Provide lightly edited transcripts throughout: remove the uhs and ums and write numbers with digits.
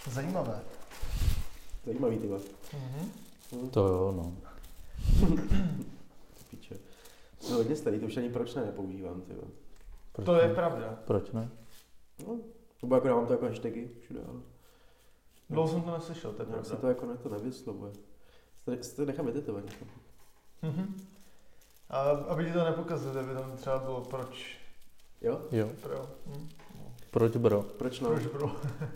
Zajímavé. Zajímavý tyba. To jo, no. Píče. To hodně starý, to už ani proč nepoužívám, tyba. To je pravda. Proč ne? No, nebo jako dávám to jako hashtagy všude, ale... Dlouho jsem to neslyšel, to je pravda. se to jako na to nevyslovuje. Se to nechám editovat. A aby ti to nepokazili, aby tam třeba bylo proč. Jo? Jo. Pro. Proč bro? Proč no? Proč bro?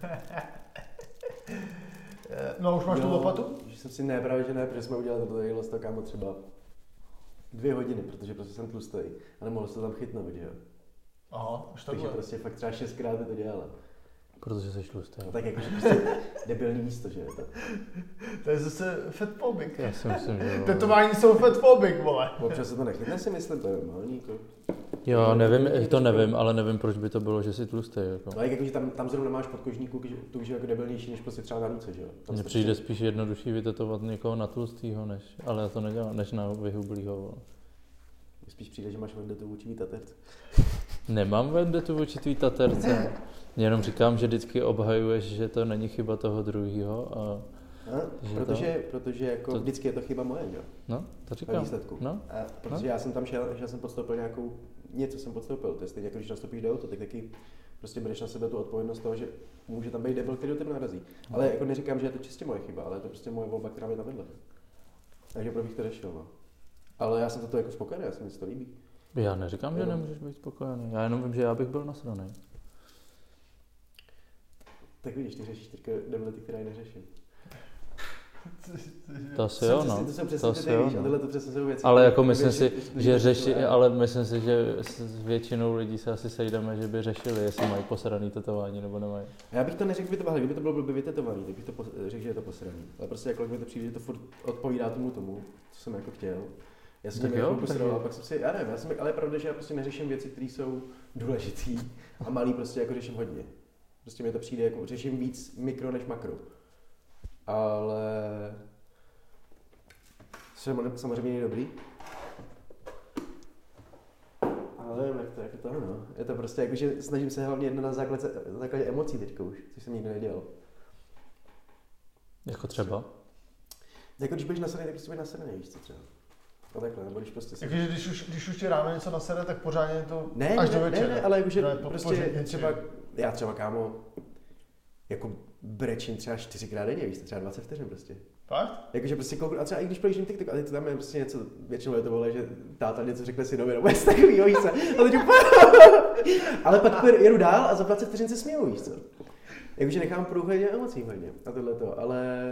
No už máš tu lopatu? Že jsem si ne, právě že ne, protože jsme udělali to kámo třeba 2 hodiny, protože prostě jsem tlustý a nemohl se to tam chytnout, že jo? Aha, už takhle. Takže prostě fakt třeba 6krát by to dělala. Protože jsi tlustý. No tak jakože prostě debilní místo, že je to. To je zase fatphobic. Já si myslím, že jo. Tetování jsou fatphobic, vole. Občas se to nechytne, si myslím, to je normální. Jako. Jo, nevím, ale nevím, proč by to bylo, že jsi tlustý. Jako. No jakože tam zrovna máš podkožníku, tu už je jako debilnější, než prostě třeba na ruce, že jo? Mně přijde spíš jednodušší vytetovat někoho na tlustýho, ale já to nedělám, než na vyhublýho. Spíš přijde, že máš vendetu vůči taterce. Nemám vendetu vůči tvý taterce. Jenom říkám, že vždycky obhajuješ, že to není chyba toho druhého. Protože jako to... vždycky je to chyba moje, jo? No, to říkám. Výsledku. No. Protože já jsem tam šel, že jsem podstoupil něco jsem podstoupil. To je stejně jako když nastoupíš do auto, tak taky prostě bereš na sebe tu odpovědnost toho, že může tam být debil, který do tebe narazí. Ale jako neříkám, že je to čistě moje chyba, ale je to prostě moje volba, která mě tam vedla. Takže proč bych to řešil, no. Ale já jsem to jako spokojený, já se mi to líbí. Já neříkám, že nemůžeš být spokojený. Já jenom vím, že já bych byl nasraný. Tak vidíš, ty řešíš teďka debility, která ji neřeším. To asi jo, no. To asi jo, no. Ale jako myslím si, že s většinou lidí se asi sejdeme, že by řešili, jestli mají posraný tetování nebo nemají. Já bych to neřekl, kdyby to bylo blbě vytetovaný, tak bych to řekl, že je to posraný. Ale prostě jako mi to přijde, že to furt odpovídá tomu, co jsem jako chtěl. Já jsem tím jako posral a pak jsem si, já nevím, ale je pravda, že já prostě neřeším věci, které jsou důležitý a malý prostě jako řeším hodně. Prostě mi to přijde jako řeším víc mikro než makro. Ale samozřejmě není dobrý. Ale nevím, jak to je no. Je to prostě jako, že snažím se hlavně jedno na základě emocí teďka už, což jsem nikdy nedělal. Jako třeba? Jako když budeš nasraný, tak prostě budeš nasraný, víš co třeba. A takhle, nebo když prostě... Takže když už ti ráno něco nasere, tak pořádně to ne, až do večera. Ne, ale jakože prostě třeba, já třeba kámo, jako brečím třeba 4krát denně, víš, třeba 20 vteřin prostě. Fakt? Jakože prostě a třeba i když projíždím TikTok, a teď tam je prostě něco, většinou je to vole, že táta něco řekne synovi, nebo něco takovýho, víš co. A teď ale pak jedu dál a za 20 vteřin se směju, víš co. Jakože nechám průhledně emocí hodně a tohleto, ale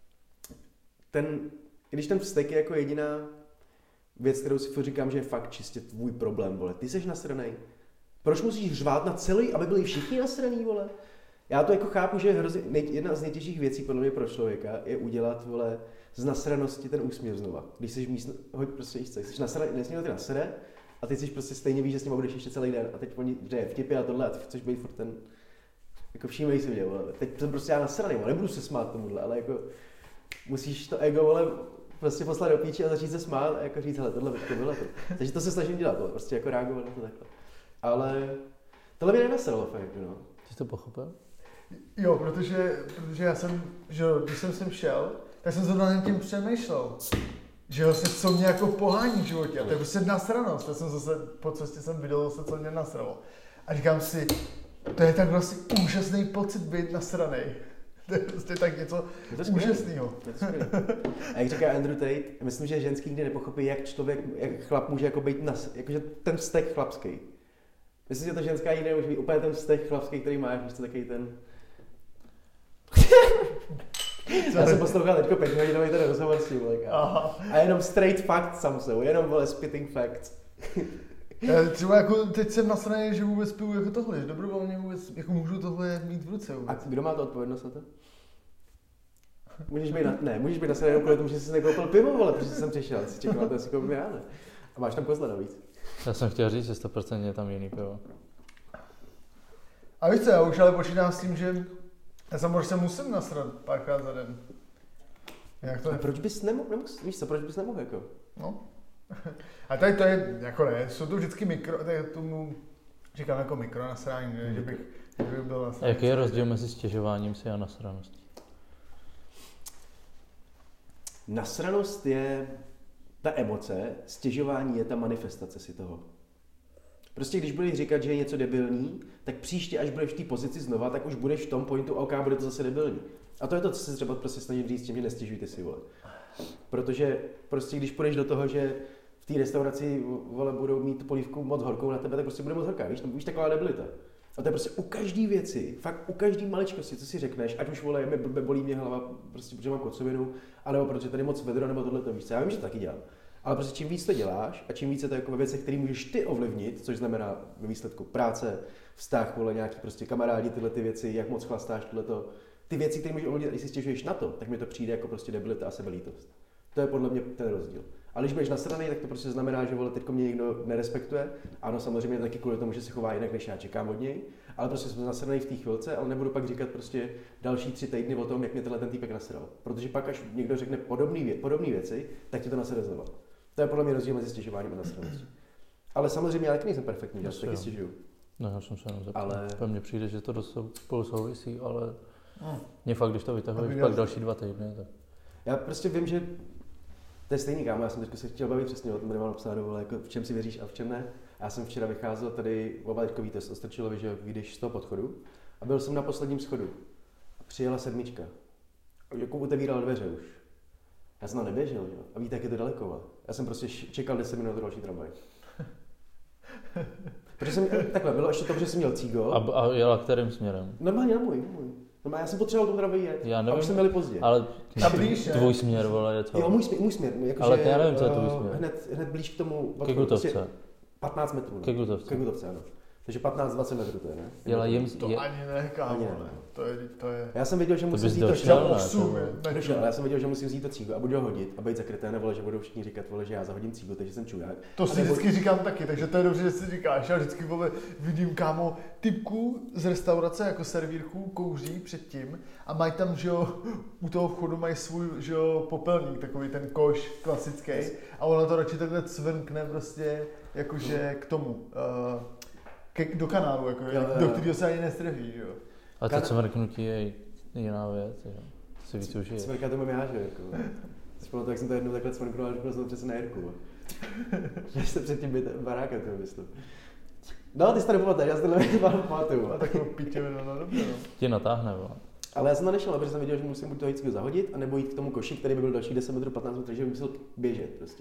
když ten vztek je jako jediná věc, kterou si říkám, že je fakt čistě tvůj problém, vole. Ty seš nasranej. Proč musíš řvát na celý, aby byli všichni nasraný, vole? Já to jako chápu, že jedna z nejtěžších věcí podle mě pro člověka je udělat, vole, z nasranosti ten úsměv znova. Když jsi hoď prostě jsi nasraný, nesmí ty nasere a ty jsi prostě stejně víš, že s ním budeš ještě celý den a teď oni je vtipy a tohle a ty chceš být furt ten, jako všímej si mě, vole. Teď jsem prostě já nasraný, vole, nebudu se smát tomuhle, ale jako musíš to ego, vole, prostě poslat do píči a začít se smát a jako říct, hele, tohle bylo to. Takže to se snažím dělat, vole, prostě jako reagovat na to takhle. Ale tohle mě nenasralo fakt, no. Jsi to pochopil? Jo, protože já jsem, že když jsem sem šel, tak jsem se nad tím přemýšlel. Že vlastně co mě jako pohání v životě. A to je prostě nasranost. Já jsem zase po cestě jsem viděl zase, co mě nasralo. A říkám si, to je tak vlastně úžasný pocit být nasranej. To je prostě tak něco úžasného. A jak říká Andrew Tate, myslím, že ženský nikdy nepochopí, jak chlap může jako být jakože ten vztek chlapský. Myslím, že to ženská nikdy nemůže být úplně ten vztek chlapský, který máš, víš co, takový ten... Já jsem poslouchal teďko 5 hodinový ten rozhovor s tím, a jenom straight facts sam jsou, jenom vole spitting facts. Třeba jako teď jsem nasraný, že vůbec piju jako tohle, že dobrovolně vůbec jako můžu tohle mít v ruce vůbec. A kdo má to odpovědnost na to? Můžeš být nasraný jenom kvůli tomu, že jsi nekoupil pivo, vole, protože jsem přišel, jsi čekal, to si koupím já, ne? A máš tam kozla navíc. Já jsem chtěl říct, že 100% je tam jiný pivo. A víš co, já už ale počítám s tím, že já samozřejmě se musím nasrat párkrát za den. Jak to je? A proč bys nemohl, víš co, proč bys nemohl jako? No. A tady to je, jako ne, jsou to vždycky mikro, tady tomu říkám jako mikro nasrání, že bych A jaký je rozdíl mezi stěžováním si a nasraností? Nasranost je ta emoce, stěžování je ta manifestace si toho. Prostě když budeš říkat, že je něco debilní, tak příště, až budeš v té pozici znova, tak už budeš v tom pointu, OK, bude to zase debilní. A to je to, co se třeba prostě snažím říct tím, že nestěžujte si, vole. Protože prostě když půjdeš do toho, že v té restauraci, vole, budou mít polívku moc horkou na tebe, tak prostě bude moc horká, víš taková debilita. A to je prostě u každé věci, fakt u každé maličkosti, co si řekneš, ať už, vole, bolí mě hlava, prostě protože mám kocovinu, anebo protože tady moc vedro, nebo tohle to víš. Já vím, že to taky dělám. Ale prostě čím víc to děláš a čím víc je to jako ve věcech, které můžeš ty ovlivnit, což znamená ve výsledku práce, vztah, vole, nějaký prostě kamarádi, tyhle ty věci, jak moc chlastáš, tohleto, ty věci, které můžeš ovlivnit, když si stěžuješ na to, tak mi to přijde jako prostě debilita a sebelítost. To je podle mě ten rozdíl. Ale když budeš nasranej, tak to prostě znamená, že, vole, teďko mě někdo nerespektuje. Ano, samozřejmě taky kvůli tomu, že se chová jinak, než já čekám od něj, ale prostě jsem nasranej v té chvilce, ale nebudu pak říkat prostě další 3 týdny o tom, jak mě ten týpek nasral. Protože pak, až někdo řekne podobné věci, tak ti to nasere znova. To je podle mě rozdíl mezi stěžováním a nasraností. Ale samozřejmě já taky nejsem perfektní, já se taky stěžuju. No, já jsem se jenom zeptal. Ale... Mně přijde, že to dost spolu souvisí, ale mě fakt, když to vytahuješ pak další 2 týdny, tak... Já prostě vím, že to je stejný, kámo, já jsem teď se chtěl bavit přesně o tom, nemám napsáno, jako v čem si věříš a v čem ne. Já jsem včera vycházel tady oba teďkový test o Strčilovi, že vyjdeš z toho podchodu a byl jsem na posledním schodu a přijela 7. Jako utevíral dveře už. Já jsem tam neběžel, jo. A víte, jak je to daleko, ale já jsem prostě čekal 10 minut do další tramvaj. Protože jsem, takhle, bylo ještě to, že jsem měl cígo. A jela kterým směrem? Normálně na můj. Normálně, já jsem potřeboval tu tramvaj jet. Já nevím, a už jsme měli pozdě. Ale tvůj směr, vole, je co? Jo, můj směr. Jako ale já nevím, co je tvůj směr. Hned blíž k tomu. Ke Gutovce. Prostě 15 metrů. Ke Gutovce. Ke Gutovce, ano. Takže 15-20 metrů to je, ne? Jela to ani ne, kámo, ne. To je... Já jsem věděl, že musím vzít to já jsem věděl, že musím vzít to cígo a budu ho hodit a být zakryté, nebo že budou všichni říkat, vole, že já zahodím cígo, takže jsem čuják. To si vždycky říkám taky, takže to je dobře, že si říkáš. Já vždycky, vole, vidím, kámo, typku z restaurace jako servírku kouří předtím a mají tam, že jo, u toho vchodu mají svůj, že jo, popelník, takový ten koš klasický a ona to radši takhle cvrkne prostě, jakože k tomu. Do kanálu, jako, do kterého se ani nestrefí, jo. A to cvrknutí je jiná věc, jo. To si víc užije. Cvrka to mám já, že jako. Spomínám, jak jsem to jednou takhle cvrknul a řekl jsem přesně na Jirku. Že jste před tím barákem, to myslím. No, ty jsi to nepamatuješ, já si to nepamatuju. A takovou píčevinu, no dobře, no. Ti natáhne, jo. Ale já jsem to nešel, protože jsem viděl, že musím buď to vždycky zahodit, anebo jít k tomu koši, který by byl další 10 metrů, 15 metrů, že bych musel běžet prostě.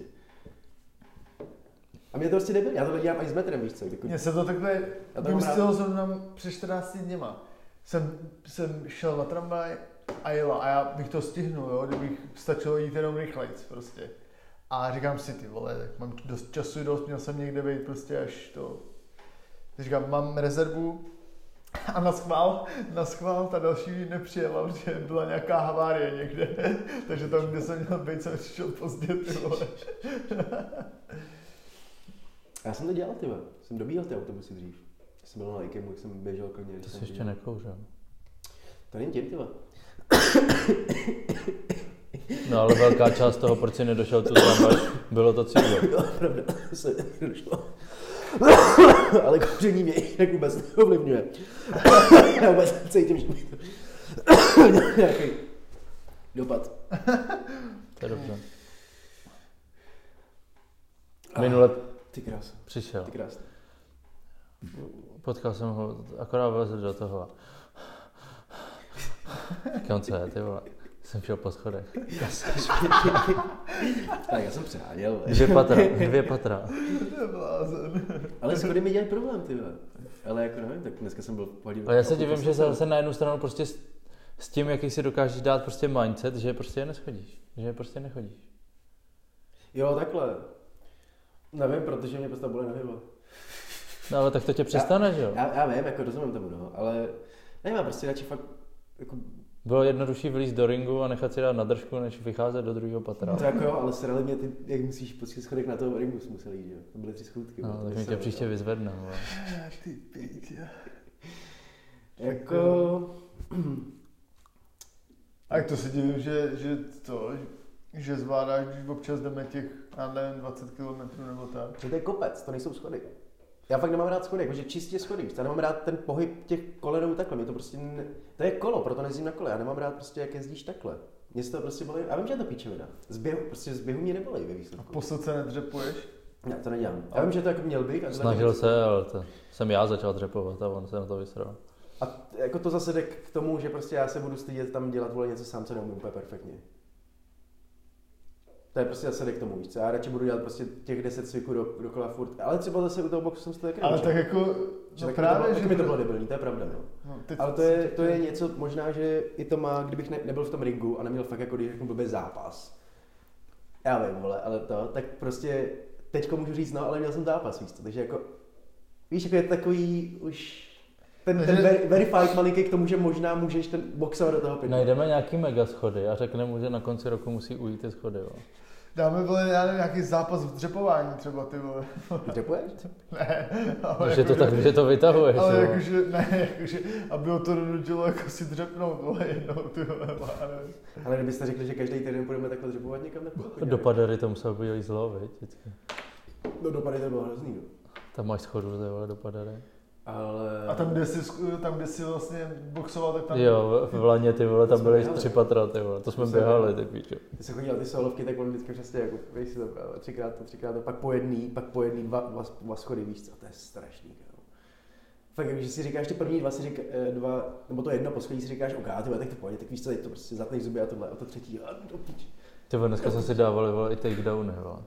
A mě to prostě nebyl, já to dělám až s metrem, víš co? Mně se to takhle vymyslelo zrovna před 14 dněma. Jsem šel na tramvaj a jela a já bych to stihnul, jo, kdybych stačilo jít jenom rychlejc prostě. A říkám si, ty vole, tak mám dost času, měl jsem někde být prostě až to... Teď říkám, mám rezervu a na schvál ta další nepřijela, protože byla nějaká havárie někde. Takže tam, kde jsem měl být, jsem přišel pozdě, ty vole. Já jsem to dělal, ty vole. Jsem dobíhal ty autobusy dřív. Jsem byl na IKEMu, jak jsem běžel klidně. To jsi ještě nekouřil. To není tím, ty vole. No ale velká část toho, proč jsi nedošel tu tramvaj, bylo to cílo. Jo, pravda, to se nedošlo. Ale kouření mě jinak vůbec neovlivňuje. Já vůbec cítím, že mi to nějaký dopad. To je dobře. Minule ty krás. Přišel. Ty krás. Potkal jsem ho, akorát vlezl do toho. Říkám, co je, ty vole. Jsem šel po schodech. Tak já jsem přeháněl. 2 patra. Ale schody mi dělají problém, ty vole. Ale jako nevím, tak dneska jsem byl v pohodě. Ale já se divím, že zase na jednu stranu prostě s tím, jaký si dokážeš dát prostě mindset, že prostě je neschodíš. Že prostě nechodíš. Jo, takhle. Nevím, protože mě prostě bolí nohy. No ale tak to tě přestane, že jo? Já vím, jako rozumím tomu, no, ale nevím, prostě radši fakt jako... Bylo jednodušší vylízt do ringu a nechat si dát na držku, než vycházet do druhého patra. To jako jo, ale srali mě ty, jak musíš po schodech na toho ringu musel jít, jo? To byly 3 schůdky. No, tak mi tě příště vyzvedne, jo. Ty píče. Jako... A jak to se divím, že zvládáš, když občas jdeme těch, já nevím, 20 km nebo tak. Že to je kopec, to nejsou schody. Já fakt nemám rád schody, jakože čistě schody, víš, já nemám rád ten pohyb těch kolenou takhle, mě to prostě, to je kolo, proto nejezdím na kole, já nemám rád prostě, jak jezdíš takhle. Mě se to prostě bolí, já vím, že je to píčovina, z běhu mě nebolí ve výsledku. A posud se nedřepuješ? Ne, to nedělám. Já vím, že to jako měl bych. Snažil se, ale to jsem já začal dřepovat a on se na to vysral. A jako to zase jde k tomu, že prostě já se budu stydět tam dělat vole něco sám, co neumím úplně perfektně. To je prostě zase jde k tomu, víš co? Já radši budu dělat prostě těch 10 cviků dokola furt, ale třeba zase u toho boxu jsem se to taky ale tak jako, no právě, že mi to bylo debilní, to je pravda, no. Ale to je něco, možná, že i to má, kdybych nebyl v tom ringu a neměl fakt jako, když řeknu blbý zápas. Já vím, vole, ale to, tak prostě teďko můžu říct, no, ale měl jsem zápas, víš co, takže jako, víš, jako je takový už ten verified maliky k tomu, že možná můžeš ten boxovat do toho pytla. Najdeme nějaký mega schody a řekneme mu, že na konci roku musí ujít ty schody, jo. Dáme, vole, já nevím, nějaký zápas v dřepování třeba, ty vole. Dřepuješ? Ne, ale Že to tak, že to vytahuješ, ale jo. jakože, ne, jakože, aby ho to donutilo jako si dřepnout, vole, jednou, ty vole, nevím. Ale kdybyste řekli, že každý týden budeme takhle dřepovat někam, Do padery to musel být zlo, viď, vždycky. No do padery to bylo hrozný, jo. Tam máš schodu, ty vole, do padery. Ale... A tam, kde jsi vlastně boxoval, tak tam... Jo, v Laně, ty vole, tam byly 3 patra, ty vole, to jsme běhali, ty píčo. Ty se chodil ty solovky, tak on vždycky přesně jako, víš si to právě, třikrát to, pak po jedný dva schody, víš co, to je strašný, kámo. Fakt, když si říkáš ty první dva, nebo to jedno poschodí si říkáš, ok, ty tak to pojď, tak víš co, teď to prostě zatneš zuby a tohle, a to třetí, a do píč. Ty vole, dneska jsme si dávali, vole, i takedowny, vole.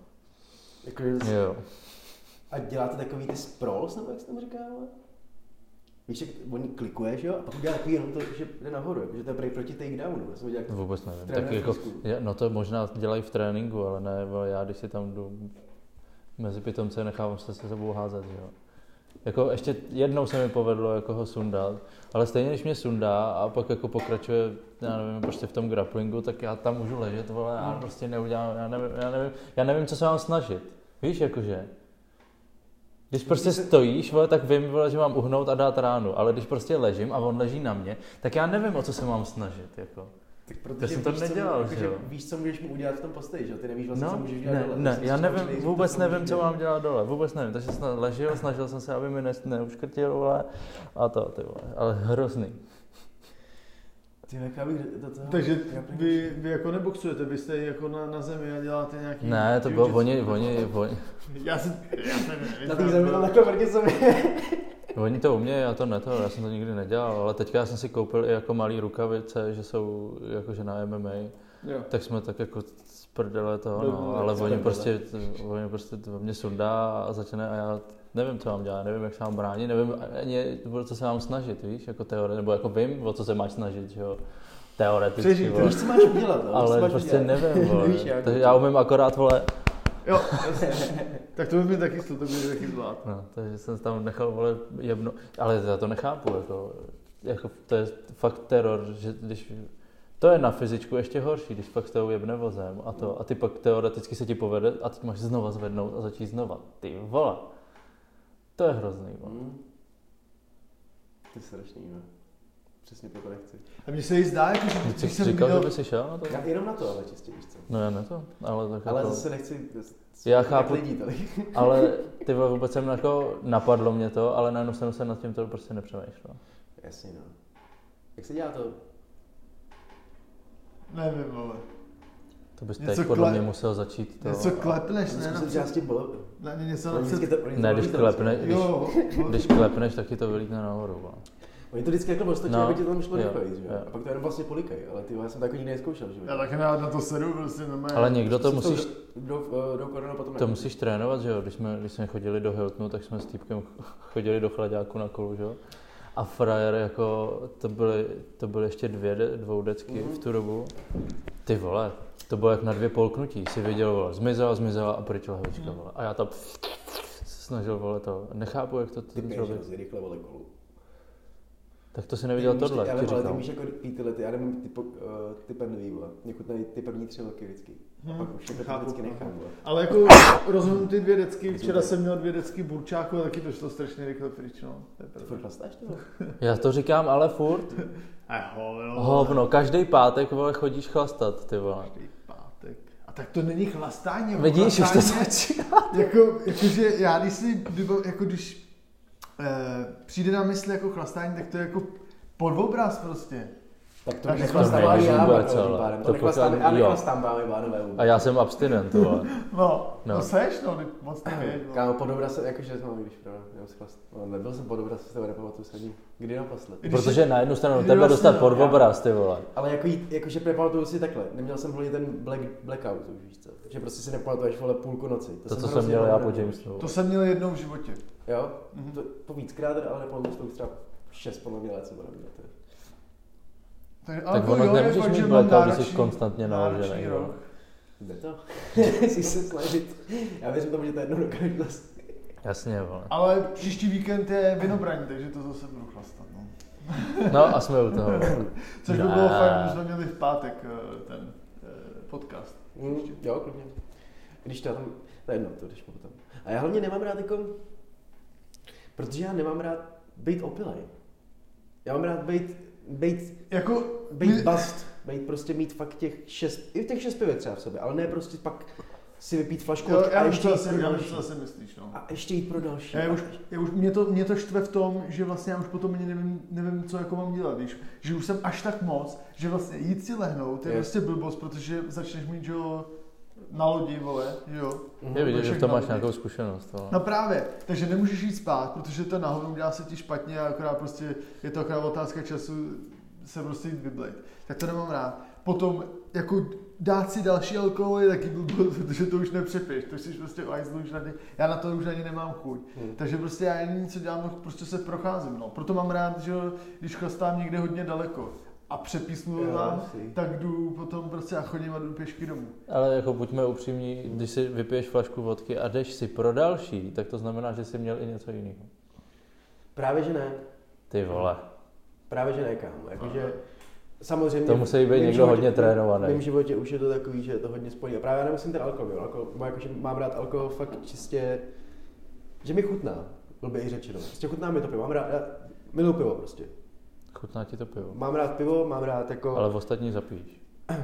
Jo. A děláte takový ty sprawls, nebo jak jsi tam říkal, vole? Víš, jak oni klikuješ, jo, a pak udělá takový jenom to, že jde nahoru, že to je prej proti takedownu. Vůbec nevím, tak jako, no to možná dělají v tréninku, ale ne, já když si tam jdu mezi pitomce, nechávám se sebou házet, jo. Jako ještě jednou se mi povedlo jako ho sundat, ale stejně když mě sundá a pak jako pokračuje, já nevím, prostě v tom grapplingu, tak já tam můžu ležet, vole, já prostě neudělám, já nevím, co se mám snažit, víš, jakože. Když prostě stojíš, vole, tak vím, vole, že mám uhnout a dát ránu, ale když prostě ležím a on leží na mě, tak já nevím, o co se mám snažit, jako. Tak protože já jsem to nedělal, že jo? Víš, co můžeš mu udělat v tom postoji, že jo? Ty nevíš vlastně, co můžeš dělat dole. Ne, já nevím, vůbec nevím, co mám dělat dole, vůbec nevím, takže jsem ležel, snažil jsem se, aby mi neuškrtil, vole, a to, ty vole, ale hrozný. Takže vy jako neboxujete, vy jste jako na zemi a děláte nějaký... Ne, to bylo oni. Já jsem na té zemi tam takhle proti sobě. Oni to umějí, já to ne to, já jsem to nikdy nedělal, ale teďka jsem si koupil i jako malý rukavice, že jsou jakože na MMA, jo. Tak jsme tak jako z prdele toho, no, ale oni prostě to mě sundá a začne a já nevím, co mám dělat, nevím, jak se mám bránit, nevím ani, co se mám snažit, víš, jako teorie, nebo jako vím, o co se máš snažit, že jo, teoreticky, víš, co máš udělat, no? Ale prostě nevím, vole, takže já umím akorát, vole, jo, tak to by mi taky to by taky zvlád. No, takže jsem tam nechal, vole, jebno, ale já to nechápu, jako to je fakt teror, že když, to je na fyzičku ještě horší, když fakt s tebou jebne vozem a ty pak teoreticky se ti povede a teď máš znova zvednout a začít znova, ty vole, to je hrozný, vole. To je strašný, no. Přesně to nechci. A mně se jí zdá, jako, že když jsem říkal, že by si šel na to? Já jenom na to, ale čistě, víš co. No já ne to, ale tak ale jako... zase nechci... Já chápu, ale ty vole, vůbec jsem jako, napadlo mě to, ale najednou jsem se nad tím to prostě nepřemýšlel. Jasně, no. Jak se dělá to? Nevím, vole. To bys teď podle mě musel začít to... Něco klepneš, ne? Zkusit dělat s tím bolou. Ne, když klepneš, tak ti to vylítne nahoru, vole. Oni to vždycky jako postačí, aby ti tam šlo rychleji, že? A pak to jenom vlastně polikaj, ale ty, já jsem to jako nikdy nezkoušel, že? Já taky na to sedu, prostě normálně. Ale někdo to musíš... To musíš trénovat, že jo? Když jsme chodili do Hiltonu, tak jsme s týpkem chodili do chlaďáku na kolu, že jo? A frajer jako, to byly ještě dvoudecky v tu dobu. Ty vole, to bylo jak na 2 polknutí, si viděl, vole, zmizela a pryč lahvička, vole. A já tam snažil, vole, to, nechápu, jak to ten člověk. Ty rychle, vole, kolu. Tak to si neviděl tohle, ti říkám. Ale ty víš jako ty, já nevím, ty pevný, vole, mě chutnají ty první 3 roky vždycky. A pak už to vždycky nechám, vole. Ale jako rozumím ty 2 decky, včera jsem měl 2 decky burčáku a taky to šlo strašně rychle pryč, no. Ty furt chlastáš to? Já to říkám, ale furt. Hovno, každý pátek, vole, chodíš chlastat, ty vole. Každý pátek. A tak to není chlastání. Vidíš, už to začíná. Jakože já když přijde na mysli jako chlastání, tak to je jako podobraz prostě. Tak to Takže nechlastávám já, vůbec, to nechlastám, já nechlastám pánové. A já jsem abstinent, vole. No seš, no, moc nevěď. Kámo, podobraz jsem, jakože jsem když pravda, já jsem chlast. No, nebyl jsem podobraz, si to nepamatuju se ani. Kdy naposled? Protože na jednu stranu tebe dostat podobraz, ty vole. Ale jakože nepamatuju si takhle, neměl jsem hlavně ten blackout, už víš co. Že prostě si nepamatuješ, vole, půlku noci. To co jsem měl já po Jamesu. To jsem měl jednou v životě. Jo? To víckrát, ale nepamatuju to už třeba 6 podle mě let se bude mít. Tak ono nemůžeš mít blackout, když jsi konstantně naložený. Jde to? Si se snažit. Já věřím tomu, že to jednou dokážu zase. Jasně, vole. Ale příští víkend je Vinobraní, takže to zase budu chlastat, no. No a jsme u toho. Což by bylo fajn, když jsme měli v pátek ten podcast. Jo, klidně. Když to tam, to je jedno, to když potom. A já hlavně nemám rád jako, protože já nemám rád být opilej. Já mám rád být bust, být prostě mít fakt těch 6 pivek třeba v sobě, ale ne prostě pak si vypít flašku a ještě jít pro další. Myslíš, no. A ještě jít pro další. Mě to štve v tom, že vlastně já už potom ani nevím, co jako mám dělat, víš? Že už jsem až tak moc, že vlastně jít si lehnout je prostě blbost, protože začneš mít, že jo, na lodi, vole, jo. Je vidět, že v tom máš nějakou zkušenost. Vole. No právě, takže nemůžeš jít spát, protože to nahoru dělá se ti špatně a akorát prostě je to akorát otázka času se prostě jít vyblejt. Tak to nemám rád. Potom jako dát si další alkohol je taky blbost, protože to už nepřepiješ, to jsi prostě už na já na to už ani nemám chuť. Takže prostě já jediné, co dělám, prostě se procházím, no. Proto mám rád, že když chlastám někde hodně daleko a přepísnu tam, tak jdu potom prostě a chodím a jdu pěšky domů. Ale jako buďme upřímní, když si vypiješ flašku vodky a jdeš si pro další, tak to znamená, že jsi měl i něco jiného. Právě že ne. Ty vole. Právě že ne, kámo. Jakože samozřejmě... To musí být někdo hodně trénovaný. V mém životě už je to takový, že je to hodně spojený. A právě já nemusím ten alkohol, jakože mám rád alkohol fakt čistě, že mi chutná, blbě řečeno. Prostě chutná mi to pivo, mám rád, já miluji pivo prostě. Chutná ti to pivo? Mám rád pivo, mám rád jako... Ale v ostatní zapíš.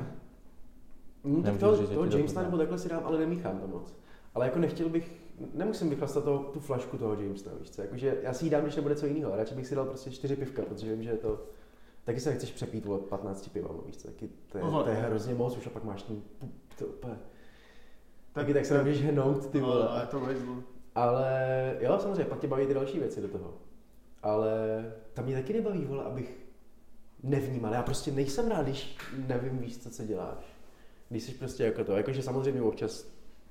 Tak toho Jamesa nebo takhle si dám, ale nemíchám to moc. Ale jako nechtěl bych, nemusím vychlastat tu flašku toho Jamesa, víš co? Jakože já si ji dám, když nebude co jiného, radši bych si dal prostě 4 pivka, protože vím, že je to... Taky se nechceš přepít od 15 pivama, víš co? Taky to je hrozně moc, už a pak máš ten... To úplně... Taky tak se nemůžeš hnout, ty vole. Ale to vejzlu. Ale jo, samozřejmě, pak tě baví ty další věci do toho. Ale tam mě taky nebaví, vole, abych nevnímal. Já prostě nejsem rád, když nevím, víš co děláš. Když jsi prostě jako to, jakože samozřejmě občas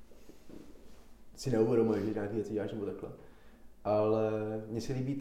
si neuvědomuješ, že nějaké věci děláš nebo takhle. Ale mně se líbí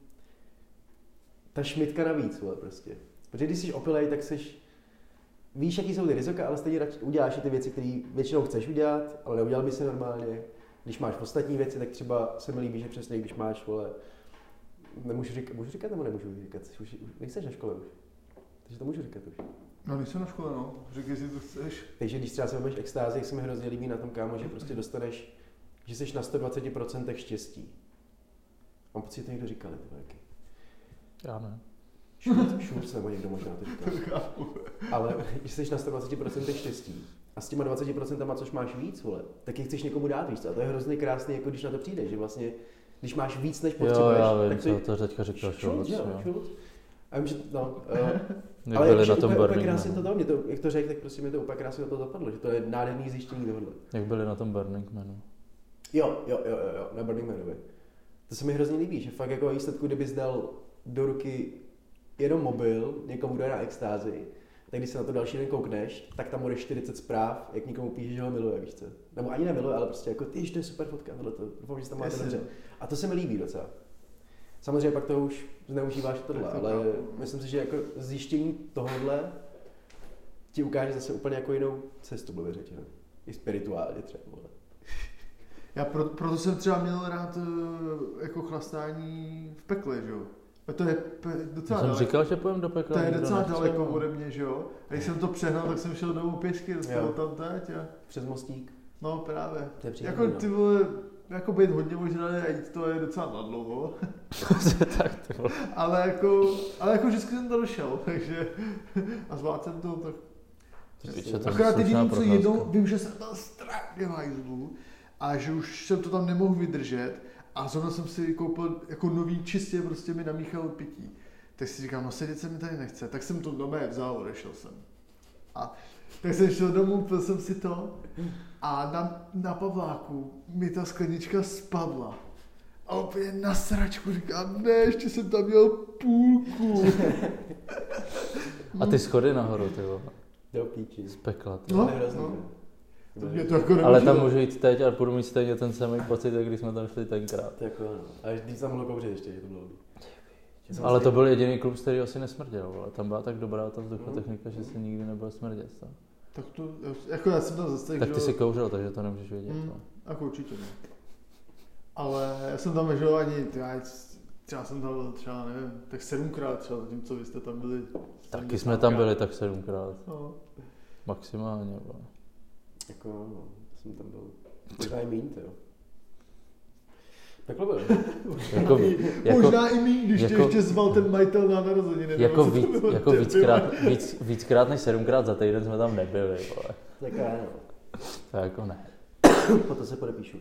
ta šmitka navíc, vole, prostě. Protože když jsi opilej, tak víš, jaký jsou ty rizika, ale stejně uděláš ty věci, které většinou chceš udělat, ale neudělal by si normálně. Když máš ostatní věci, tak třeba se mi líbí, že přesně když máš, vole, můžu říkat nebo nemůžu říkat? Už nejseš na škole už. Takže to můžu říkat už. No, nejsem na škole, no. Řekni si, to chceš. Takže když třeba se vezmeš extázi, jak se mi hrozně líbí na tom, kámo, že prostě dostaneš, že jsi na 120% štěstí. Mám pocit, že to někdo říkal, ty taky. Já ne. Šulc nebo někdo možná to říkal. Ale když jsi na 120% štěstí a s těma 20%, což máš víc, vole, tak je chceš někomu dát víc. A to je hrozně krásný, jako když na to přijdeš, že vlastně, když máš víc, než potřebuješ, tak to teďka říkal Šulc. A vím, že ale byli na tom úplně krásně to dal, jak to řekl, tak prostě mi to úplně krásně na to zapadlo, že to je nádherný zjištění tohohle. Jak byli na tom Burning Manu. Jo, na Burning Manovi. To se mi hrozně líbí, že fakt jako výsledku, kdybys dal do ruky jenom mobil, někomu kdo je na extázi, tak když se na to další den koukneš, tak tam bude 40 zpráv, jak někomu píše, že ho miluje, víš co. Nebo ani nemiluje, ale prostě jako ty, to je super fotka, tohleto, doufám, že se tam máte dobře. A to se mi líbí docela. Samozřejmě pak to už zneužíváš tohle, ale myslím si, že jako zjištění tohohle ti ukáže zase úplně jako jinou cestu, blbě řečeno. I spirituálně třeba. Já proto jsem třeba měl rád jako chlastání v pekle, že jo. A to je docela daleko. Jsem říkal, že půjdem do pekla. To je docela daleko ode mě, že jo. A když jsem to přehnal, tak jsem šel domů pěšky, dostal tam teď a... Přes mostík. No právě. Příjemný, jako ty vole, jako být hodně možná a jít to je docela nadlouho. Tak ty vole. ale jako vždycky jsem to došel, takže a zvládl jsem to, tak... Akorát jediný, co jednou vím, že jsem tam strašně hajzlu a že už jsem to tam nemohl vydržet A zrovna jsem si koupil jako nový, čistě prostě mi namíchal pití. Tak si říkám, no sedět se mi tady nechce. Tak jsem to doma vzal, odešel jsem. A tak jsem šel domů, pil jsem si to a na Pavláku mi ta sklenička spadla. A úplně na sračku říkám, ne, ještě jsem tam měl půlku. A ty schody nahoru, ty vole. Do píči. Z pekla, ty. No, to mě to jako ale tam můžu jít teď a budu mít stejně ten samý pocit, jak když jsme tam šli tenkrát. Jako ano. A když tam mohlo kouřit ještě, že to bylo. Ale to byl jediný klub, z kterého asi nesmrděl, vole. Tam byla tak dobrá ta vzduchotechnika, že se nikdy nebyl smrdět. To. Tak to, jako já jsem tam zase tak ty si kouřil, takže to nemůžeš vědět. Jako určitě ne. Ale já jsem tam nežil ani, třeba jsem tam byl třeba, nevím, tak 7krát třeba, zatímco vy jste tam byli. Taky jsme tam byli tak 7krát. No. Maximálně, vole. Jako no, jsem tam byl. Možná i míň, to jo. Takhle bylo. Možná i míň, když jako, tě ještě zval ten majitel na narozeniny. Jako víckrát než 7krát za týden jsme tam nebyli, vole. Tak ano. To jako ne. Potom se podepíšu.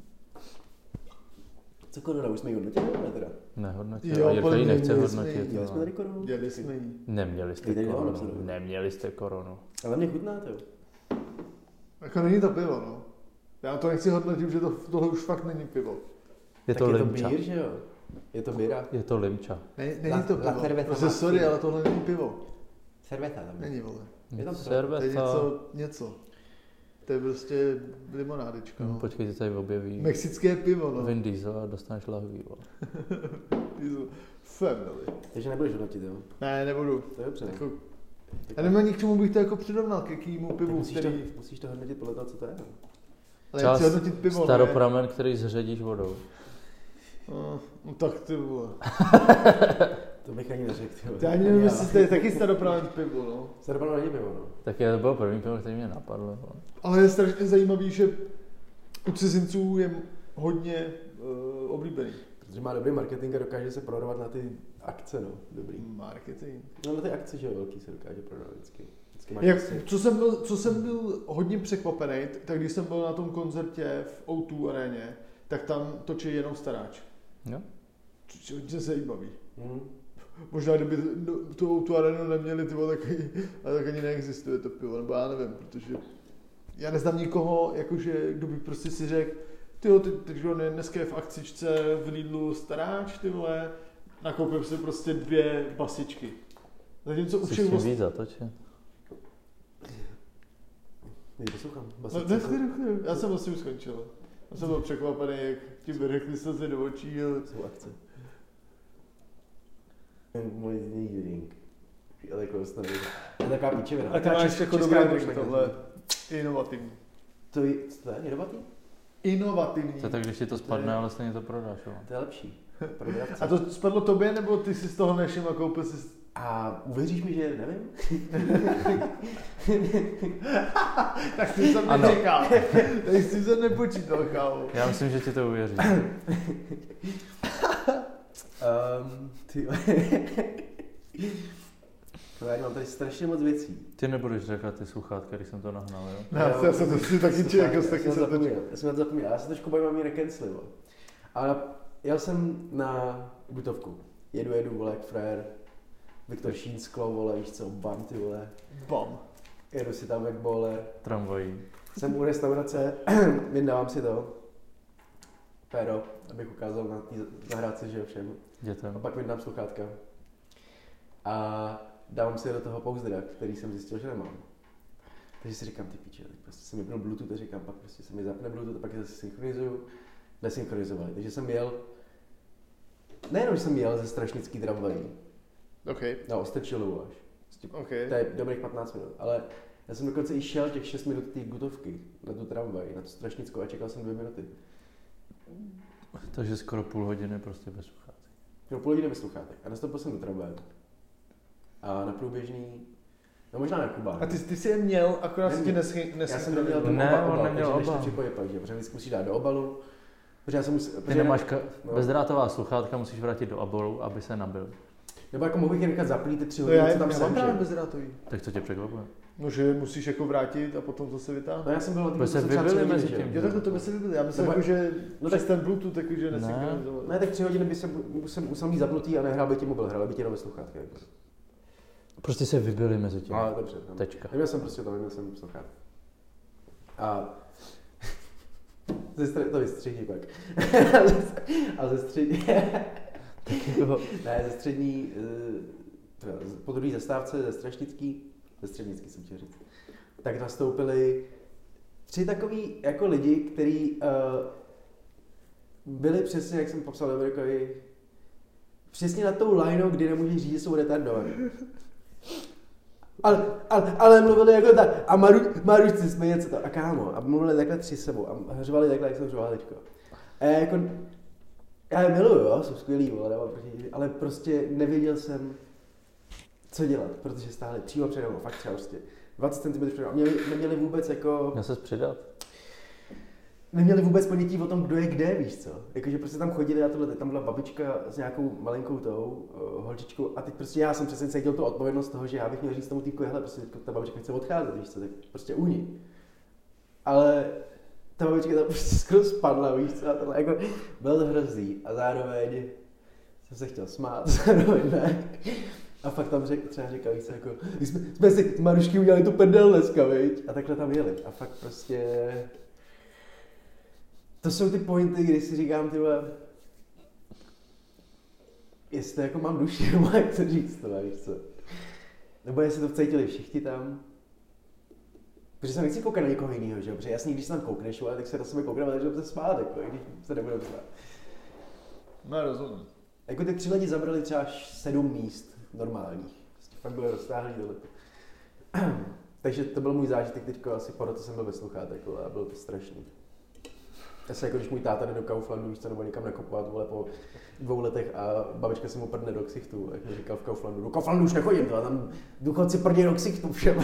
Co korona, už jsme ji hodnotili, ne teda? Nehodnotili, a Jirka ji nechce hodnotit. Měli jsme tady koronu? Měli jsme ji. Neměli jste koronu. Ale mě chutná to. Jako není to pivo, no. Já to nechci hodnotit, že tohle už fakt není pivo. Je to limča. Je to bír, že jo? Je to bíra? Je to limča. Není to pivo. Prostě sorry, ale tohle není pivo. Serveta tam. Není, vole. Je tam serveta. To je něco. To je prostě limonádička, no. Počkej, se tady objeví mexické pivo, no. Vin Diesel a dostaneš lahví, vole. Diesel. Family. Takže nebudeš hodnotit, jo? Ne, nebudu. To je dobře. Jako, já nemám k čemu bych to jako přirovnal, k jakýmu pivu, Musíš to hodnotit podle toho, co to je. Ale já chci hodnotit pivo, staropramen, který zředíš vodou. No tak ty vole. To bych ani neřekl, ty vole. Já ani nevím, jestli to je taky staropramen pivo, no. Staropramen není pivo, no. Tak to bylo první pivo, který mě napadlo. No. Ale je strašně zajímavý, že u cizinců je hodně oblíbený. Protože má dobrý marketing a dokáže se prodávat na ty akce, no. Dobrý. Marketing. No na ty akce, že jo, velký se dokáže prodávat vždycky. Co jsem byl hodně překvapený, tak když jsem byl na tom koncertě v O2 aréně, tak tam točí jenom staráč. Jo. Hodně zajímavý. Možná kdyby tu O2 arénu neměli, tak ani neexistuje to pivo, nebo já nevím, protože já neznám nikoho, jakože kdo by prostě si řekl, tyjo, teď dneska je v akcičce v Lidlu staráč, ty vole, nakoupím si prostě 2 basičky. Zatímco u všech víc zatočit. Poslouchám. Ne, já jsem vlastně už skončil. Já jsem byl překvapený, jak ti vyrekli slzy do očí. Jsou akce. Můj drink. Ale jako ostatní. Je taková píčevina. A to máš jako dobré drink, tohle inovativní. Co to je? Inovativní? Inovativní. To je tak, když ti to spadne, ale stejně to prodáš, jo? To je lepší. A to spadlo tobě, nebo ty si z toho nevšiml a koupil si... A uvěříš mi, že nevím? Tak ty jsem nečekal. Tak jsi se nepočítal, kámo. Já myslím, že ti to uvěří. Já mám tady strašně moc věcí. Ty nebudeš říkat ty sluchátka, když jsem to nahnal, jo? Já jsem to si taky čekal, taky jsem to čekal. Já jsem na to zapomněl, já se trošku bojím, mám ji necanceli, vole. Ale jel jsem na Gutovku. Jedu, vole, jak frajer. Viktor Šínsklo, vole, víš co, bam, ty vole. Bam. Jedu si tam jak bowler. Tramvají. Jsem u restaurace, vyndávám si to. Péro, abych ukázal na té zahrádce, že jo, všem. Dětem. A pak vyndám sluchátka. A dávám si do toho pouzdra, který jsem zjistil, že nemám. Takže si říkám, ty píče, tak prostě jsem vypnul Bluetooth a říkám, pak prostě se mi zapne Bluetooth a pak je zase synchronizuju. Nesynchronizovali. Takže jsem jel, nejenom, že jsem jel ze strašnický tramvají. Okay. Na Ostrčilu až. Okay. To je dobrých 15 minut, ale já jsem dokonce i šel těch 6 minut té Gutovky na tu tramvaj, na tu Strašnickou a čekal jsem 2 minuty. Takže skoro půl hodiny prostě bez sluchátek. No, půl hodiny bez sluchátek. A nastoupil jsem do tramvaje. A na průběžný, no možná na Kubánu. A ty jsi je měl, akorát si ti Já jsem neměl ten obal, takže než to připojí pak, že? Protože vždycky musíš dát do obalu. Protože já jsem ty nemáš bezdrátová sluchátka, musíš vrátit do obalu, aby se nabil. Nebo jako mohl bych je nechat zaplý ty 3 No hodiny, já co tam mám jsem, právě že? bezdrátový. Tak co tě překvapuje? No, že musíš jako vrátit a potom zase No vytáhnout. já jsem byl na Protože se jsem třeba 3 vybili hodiny, mezi že? tím. Jo, tak to by se vybili. Já myslím, Nebo- jako, že no přes tak- ten Bluetooth, takže nesynchronizovat. Ne, tak 3 hodiny by jsem musel mít zapnutý a nehrál by ti mobil, hrál by ti jenom ve sluchátka. Jako. Prostě se vybili mezi tím. No, dobře. No. Tečka. Neměl jsem prostě to, neměl jsem sluchátka. A to vystřihni pak. A ze střední... Ne, ze střední... Po druhé zastávce ze Strašnický jsem chtěl říct. Tak nastoupili 3 takový jako lidi, kteří byli přesně, jak jsem popsal Amerikovi, přesně nad tou lineou, kdy nemůžeš říct, že jsou retardovaní. Ale mluvili jako tak, a Maruš si směje, co to, a kámo, a mluvili takhle 3 sebou, a hřvali takhle, jak jsem hřval teďko. A já je miluju, jo, jsou skvělý, ale prostě nevěděl jsem, co dělat, protože stáli přímo přede mnou, fakt třeba prostě 20 cm přede mnou, neměli vůbec jako... Měl ses přidat? Neměli vůbec ponětí o tom, kdo je kde, víš co? Jakože prostě tam chodili a tohle, tam byla babička s nějakou malinkou tou holčičkou a teď prostě já jsem přesně cítil tu odpovědnost toho, že já bych měl říct tomu týpku, hele, prostě ta babička chce odcházet, víš co, tak prostě uhni. Ale ta babička tam prostě skoro spadla, víš co, a tohle jako bylo to hrozný a zároveň jsem se chtěl smát, zároveň ne. A fakt tam třeba říkal, víš co, jako, jsme si z Marušky udělali tu prdel dneska, viď? A takhle tam jeli a fakt prostě... To jsou ty pointy, kdy si říkám, tyhle, jestli jako mám duši, nebo jak to říct, to víš co. Nebo jestli to vcítili všichni tam. Protože se nechci koukat na někoho jiného, že jo, protože jasně, když se tam koukneš, ale tak se na sebe koukneme, takže se smát, jako, i když se nebudeme smát. No, rozumím. Jako ty 3 lidi zabrali třeba 7 míst normálních. Prostě fakt bylo roztáhlý tohleto. Takže to byl můj zážitek teďko, asi po roce jsem byl ve sluchátek, a bylo to strašný. Asi jako když můj táta jde do Kauflandu, víš co, nebo někam nakupovat, vole, po 2 letech a babička se mu prdne do ksichtu, jak mi říkal v Kauflandu. Do Kauflandu už nechodím, to, a tam důchodci prdí do ksichtu všem.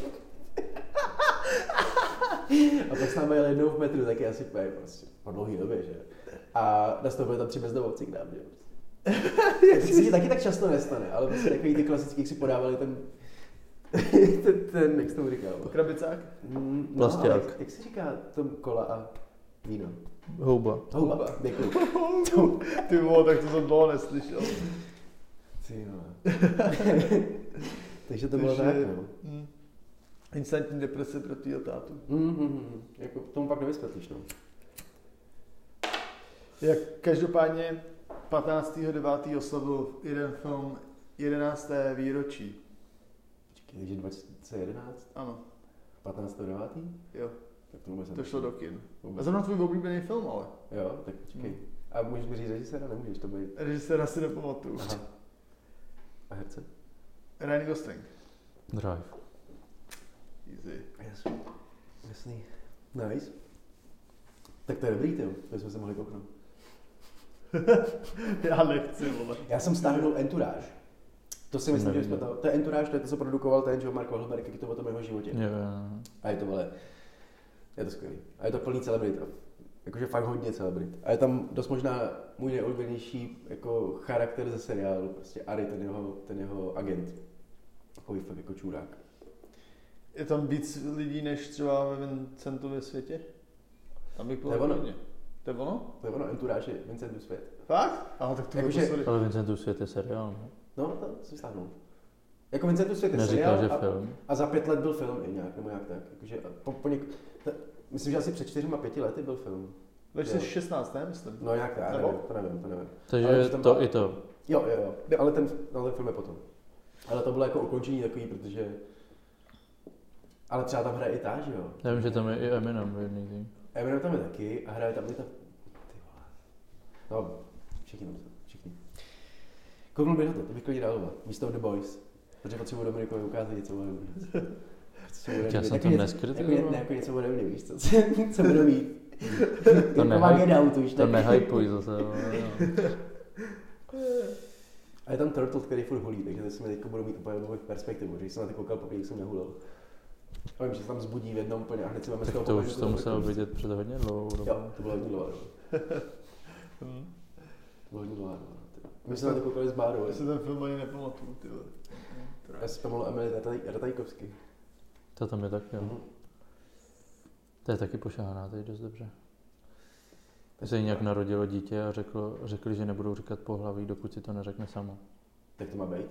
A pak s námi jel jednou v metru, taky asi prostě po dlouhý době, že? A nastoupili tam 3 bezdomovci k nám, že? To se ti taky tak často nestane, ale prostě takový ty klasický, jak si podávali ten jak se tomu říkal? Krabicák? Plasťák. Jak se říká tom kola a víno? Houba. Houba, děkuji. Ty vole, tak to jsem dlouho neslyšel. Ty vole. Takže to bylo tak, no. Instantní deprese pro tvýho tátu. Jako tomu pak nevysvětlíš, no. Jak každopádně 15.9. oslavil jeden film 11. výročí. Počkej, takže 2011? Ano. 15.9. Jo. Tak to vůbec To šlo do kin. Vůbec. A zrovna tvůj oblíbený film, ale. Jo, tak počkej. A můžeš mi říct režiséra? Nemůžeš to být. Režiséra si nepamatuju. Aha. A herce? Ryan Gosling. Drive. Easy. Jasný. Nice. Tak to je dobrý, tyjo. To jsme se mohli kouknout. Já nechci, vole. Já jsem stáhnul Entourage. To si myslím, že jsme to je Entourage, to je to, co produkoval ten Joe Mark Wahlberg, jak je to o tom jeho životě. Jo. A je to, vole, je to skvělý. A je to plný celebrit. Jakože fakt hodně celebrit. A je tam dost možná můj nejoblíbenější jako charakter ze seriálu, prostě Ari, ten jeho agent. Takový fakt jako čurák. Je tam víc lidí než třeba ve Vincentově světě? Tam bych To je bylo ono. hodně. To je ono? To je ono, Entourage je Vincentův svět. Fakt? Aha, tak to Jakože- sorry. Ale Vincentův svět je seriál, ne? No, to jsem stáhnul. Jako Vincentův svět je Neříkal, seriál že film. a za 5 let byl film i nějak, nebo nějak tak. Jakože myslím, že asi před 4-5 lety byl film. Ve 16, ne, myslím. No nějak tak, Nebo? to nevím. Ale Takže že tam to byla- i to. Jo, ale ten film je potom. Ale to bylo jako ukončení takový, protože... Ale třeba tam hraje i ta, že jo? Já vím, že tam je i Eminem v jedný tým. Eminem tam je taky a hraje tam i ta... Ty vole. No, všichni. Kouknul bych na to bych klidně dál místo The Boys. Protože potřebuji Dominikovi ukázat něco ode mě. Já jsem to neskritizoval. Jako něco ode mě, víš co? Co budu mít? To To nehypuj zase. Ale jo. A je tam Turtle, který furt holí, takže to si mi teď budu mít úplně novou perspektivu, že jsem na to koukal, pokud jsem nehulil. A vím, že se tam zbudí v jednom úplně a hned si máme z Tak toho to pohled, už že to je muselo takový- vidět před hodně dlouhou dobu. Jo, to bylo hodně dlouhá doba. To bylo hodně dlouhá doba. My jsme na to koukali s Bárou. Já si ten film ani nepamatuju, ty vole. Já si pamatuju Emily Ratajkovsky. To tam je taky, jo. To je taky pošahaná, to je dost dobře. Se nějak narodilo dítě a řekli, že nebudou říkat pohlaví, dokud si to neřekne samo. Tak to má být?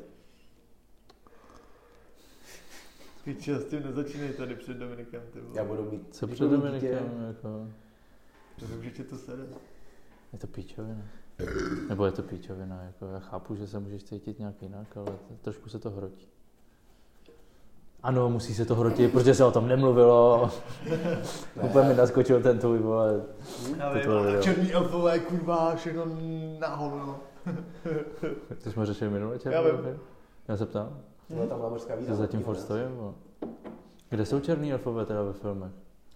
Píči, s tím nezačínej tady před Dominikem, ty vole. Já budu mít... Co před Dominikem, jako... Že tě to sere. Je to píčovina. Nebo je to píčovina, jako já chápu, že se můžeš cítit nějak jinak, ale trošku se to hrotí. Ano, musí se to hrotit, protože se o tom nemluvilo. Úplně mi naskočil ten tvůj, vole. Já vím, ale černý elfové, kurva, všechno na hovno. To jsme řešili minulé černý elfy? Já se ptám. Byla tam lámořská víza. To zatím furt stojím, vole. Kde jsou černý elfové teda ve filmech?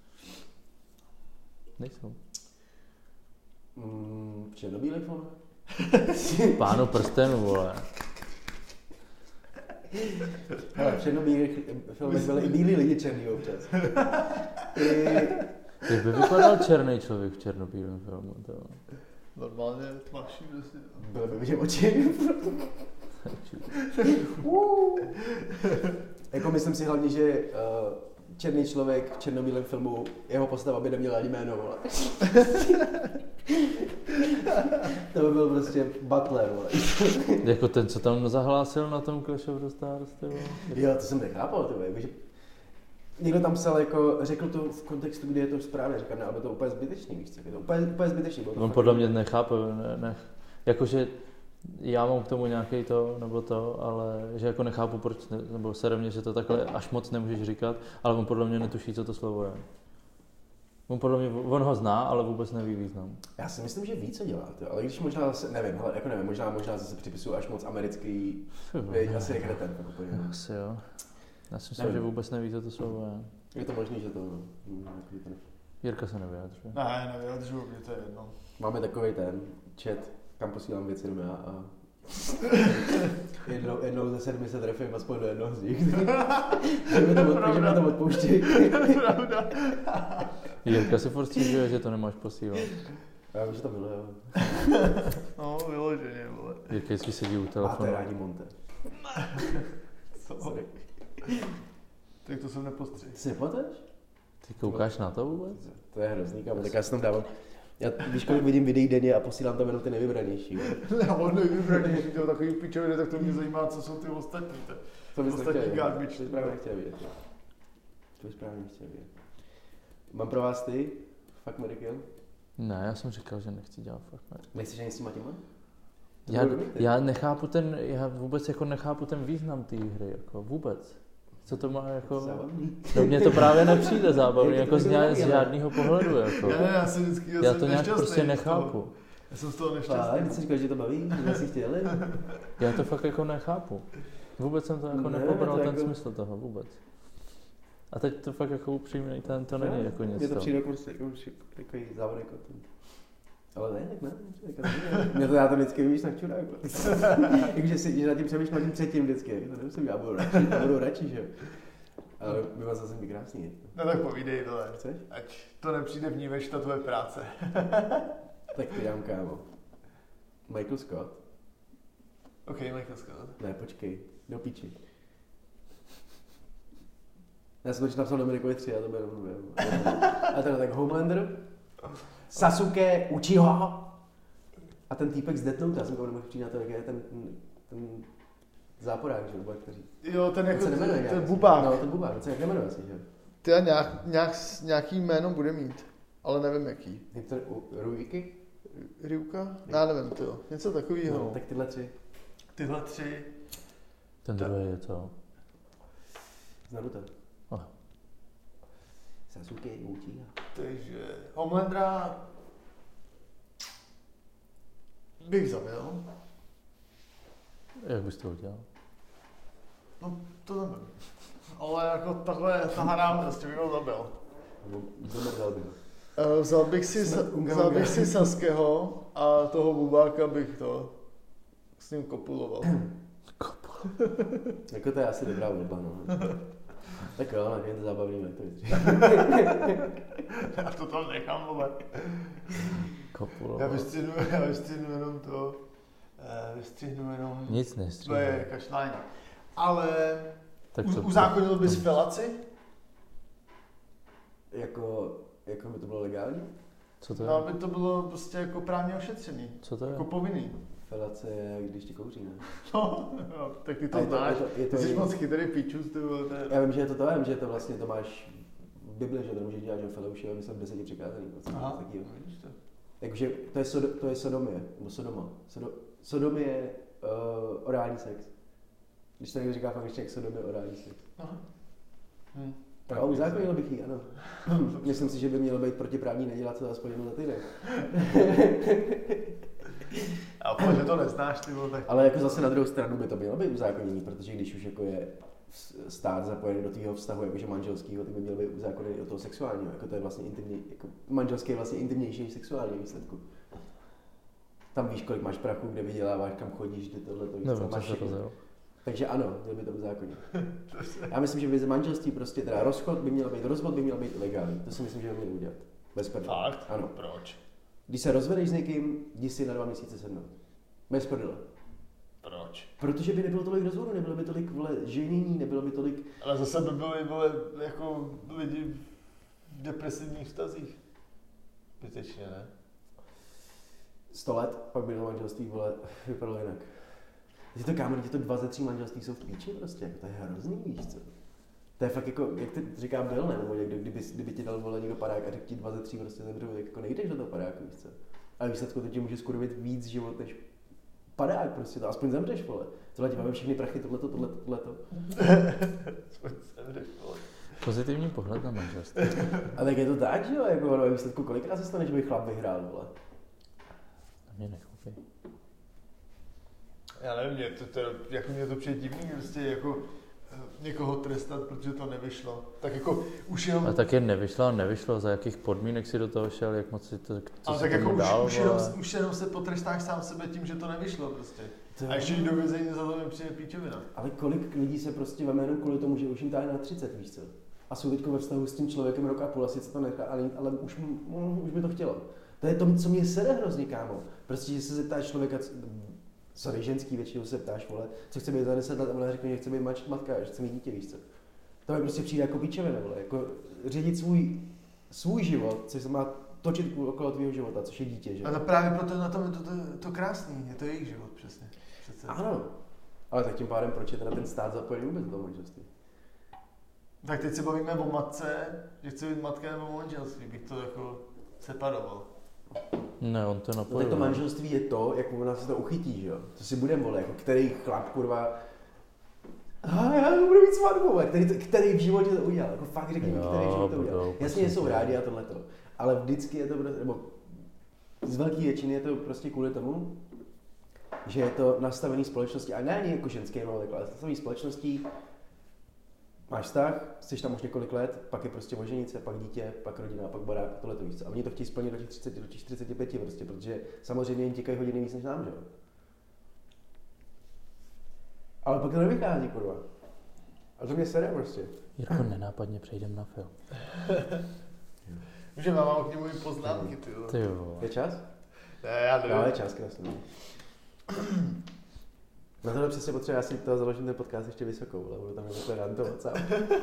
Nejsou. V černobílých filmech? Pánu prstenů, vole. Hele, v černobílých filmech byli i bílí lidi černý občas. Jak by vypadal černý člověk v černobílém filmu? To... Normálně tmavší prostě. Bylo by vidět oči. Jako myslím si hlavně, že černý člověk v černobílém filmu, jeho postava by neměla ani jméno, vole. To by byl prostě Butler, vole. Jako ten, co tam zahlásil na tom Clash of the Stars, ty vole. Jo, to jsem nechápal, ty vole. Někdo tam psal, jako, řekl to v kontextu, kdy je to správně, říkám, ne, ale to úplně zbytečný, víš co, je to úplně zbytečný. On podle mě nechápe, jakože já mám k tomu nějaký to, nebo to, ale že jako nechápu, proč, nebo sere mě, že to takhle až moc nemůžeš říkat, ale on podle mě netuší, co to slovo je. On ho zná, ale vůbec neví význam. Já si myslím, že ví, co dělá, ale když možná zase, nevím, hele, jako nevím, možná zase připisuju až moc americký, asi nekreten. Asi jo. Já si myslím, že vůbec neví, co to slovo je. Je to možný, že to... Jirka se nevyjadřuje. Ne, nevyjadřuju, mě to je jedno. Máme takovej ten chat, kam posílám věci jenom já a... jednou ze 7 se trefím aspoň do jednoho z nich. Takže mi to odpouští. Pravda. Jirka si furt stěžuje, že to nemáš posílat. Já vím, že to bylo, jo. No, vyloženě, vole. Jirka vždycky sedí u telefonu. Máte rádi Monte. Co? Tak to jsem nepostřihl. Ty si nepamatuješ? Ty koukáš na to vůbec? To je hrozný, kámo, tak já si tam dávám. Já když kolik vidím videí denně a posílám tam jenom ty nejvybranější. Já mám nejvybranější, to takový pičoviny, tak to mě zajímá, co jsou ty ostatní. To bys ostatní nechtěl garbage. To bys právě nechtěl vidět. To bys právě nechtěl vidět. Mám pro vás ty? Fuck, Mary Kill? Ne, já jsem říkal, že nechci dělat fakt. Nechceš ani s těma těma? Já vůbec jako nechápu ten význam té hry, jako vůbec. Co to má jako... Zábavný. No mně to právě nepřijde zábavný, jako z žádného pohledu, jako. Já jsem vždycky, já to nějak prostě nechápu. Já jsem z toho nešťastný. Ty jsi říkal, že to baví, že jsi chtěli? Já to fakt jako nechápu. Vůbec jsem to jako nepobral ten jako... smysl toho, vůbec. A teď to fakt jako upřímně, to není jako nic. Mně to přijde jako takový závodek o tom. Ale ne, tak ne. Mě to já to vždycky víš tak čurá. Jakože si nad tím přemýšlím nad tím třetím vždycky. To nemusím, já budu radši, že jo. Ale by vás zase být krásný. No tak povídej tohle. Chceš? Ať to nepřijde vnímeš, ta tvoje práce. Tak ty dám, kámo. Michael Scott. OK, Michael Scott. Ne, počkej. Do píči. Já jsem to napsal Dominikovi 3, já to budu mluvit. A teda tak Homelander. Sasuke Uchiha a ten týpek z Death Note, já jsem to nemohl přijít na to, jak je ten záporák, že nebo jak to říct. Jo, ten jako ten bubák. No, ten bubák, co jak nemenuje asi, že? Ty nějaký jméno bude mít, ale nevím jaký. Viktor Ruiky? Ryuka? Já nevím, to něco takového. No, tak tyhle tři. Tyhle tři. Ten druhý je co? Z Naruto. Oh. Sasuke Uchiha. Takže Homelandera bych zabil. Jak bys to udělal? No, to nevím. Ale jako takhle taharám, prostě bych ho zabil. Vzal bych si Sasukeho a toho bubáka bych to s ním kopuloval. Jako to je asi dobrá volba, no. Tak jo, na je to zábavný, jak to vystříš. Já to tam nechám, vole. Kopulovat. Já vystřínu jenom to vystřihnu jenom Nic nestříhnu. tvoje kašlání. Ale Tak uzákonil bys felaci? Jako by to bylo legální? Co to je? No, aby to bylo prostě jako právně ošetřený. Co to je? Jako povinný. Felace je, když ti kouří, ne? No, tak ty A to je to- znáš. je to- Ty jsi moc chytrý pičus, ty vole. To je... Já vím, že je to, vím, že to vlastně to máš v Bibli, že to můžeš dělat, že Feleuš je, myslím, 10 přikázaný. Aha, Taky, vidíš to. jakože to je sodomie, nebo sodoma. Sodom je orální sex. Když se někdo říká v angličtině, sodom je orální sex. Aha. A uzákonil bych ji, ano. Myslím si, že by mělo být protiprávní nedělat to aspoň jednou za týden. A protože to neznáš, ty vole, tak... Ale jako zase na druhou stranu by to mělo být uzákonění, protože když už jako je stát zapojený do tvého vztahu, jakože manželského, tak by měl být uzákoněný od toho sexuálního. Jako to je vlastně intimní, jako manželský je vlastně intimnější než sexuální výsledku. Tam víš, kolik máš prachu, kde vyděláváš, kam chodíš, kde tohle to víš, Nevím, co co máš se všechno. rozjel. Takže ano, měl by to uzákonit. Já myslím, že by manželství prostě, teda rozvod by měl být legální. To si myslím, že by měl udělat. Bez prdele. Fakt? Ano. Proč? Když se rozvedeš s někým, jdi si na 2 měsíce sednout. Bez prdele. Proč? Protože by nebylo tolik rozvodů, nebylo by tolik ženění, nebylo by tolik... Ale zase by byli, vole, jako lidi v depresivních vztazích. Zbytečně, ne? 100 let, pak by to manželství, vole, vypadalo jinak. Tyto kámo, tyto 2 ze 3 manželství jsou v píči prostě, jako to je hrozný, víš co? To je fakt jako, jak ty říká Bill, ne? Nebo někdo, kdyby ti dal, vole, někdo padák a řekl ti 2 ze 3 prostě zemřou, tak jako nejdeš do toho padáku, víš co? A výsledku to ti může skurvit víc život než padák prostě, to aspoň zemřeš, vole. Tohle ti máme všechny prachy, tohleto. Aspoň zemřeš, vole. Pozitivní pohled na manželství. A tak je to tak, že jo, jako no, výsledku kolikrát se stane, že by chlap vyhrál, vole. Na mě nechlupí. Já nevím, mě to přijde divný, prostě jako někoho trestat, protože to nevyšlo. Tak jako už jenom... A tak jen nevyšlo, za jakých podmínek si do toho šel, jak moc si to, co ale si tak jako tomu dál, už jenom se potrestáš sám sebe tím, že to nevyšlo prostě. To... A ještě jít do vězení za to nepřijde píčovina. Ale kolik lidí se prostě veme jenom kvůli tomu, že už jim táhne na 30, víš co? A jsou teďko ve vztahu s tím člověkem rok a půl, asi se to nechá, ale už by to chtělo. To je to, co mě sere hrozně, kámo. Prostě, že se zeptáš člověka, sorry, ženský většinou se ptáš, vole, co chce být za 10 let a ona řekne, že chce být matka, že chce mít dítě, víš co? To mi prostě přijde jako píčovina, vole, jako řídit svůj život, což se má točit okolo tvého života, což je dítě, že? Ale právě proto na tom je to krásný, je to jejich život přesně. Přece. Ano, ale tak tím pádem proč je teda ten stát zapojený vůbec do toho manželství? Tak teď se bavíme o matce, že chce být matka nebo manželství, bych to jako separoval. Ne, on to No, napojil. tak to manželství je to, jak ona se to uchytí, že jo? To si budem, vole, jako který chlap, kurva, já budu mít svatbu, který v životě to udělal, jako fakt řekni mi, který v životě to udělal. Jasně, jsou rádi a tohleto, ale vždycky je to, nebo z velké většiny je to prostě kvůli tomu, že je to nastavený společnosti, a ne jako ženské, no, takhle, ale nastavený společností, máš vztah, jsi tam už několik let, pak je prostě oženice, pak dítě, pak rodina, pak barák, tohleto víc. A oni to chtějí splnit do těch 30, do těch 45 prostě, protože samozřejmě jim těkají hodiny víc než nám, že jo? Ale pak to nevychází, kurva. A to mě sere prostě. Jirko, nenápadně přejdem na film. Můžeme, mám k němu i poznámky, ty jo. Ty jo. Je čas? Ne, já nevím. Ale je čas, krásný. Na tohle přesně potřeba, já si toho založím ten podcast ještě vysokou, ale budu tam takhle rantovat sám.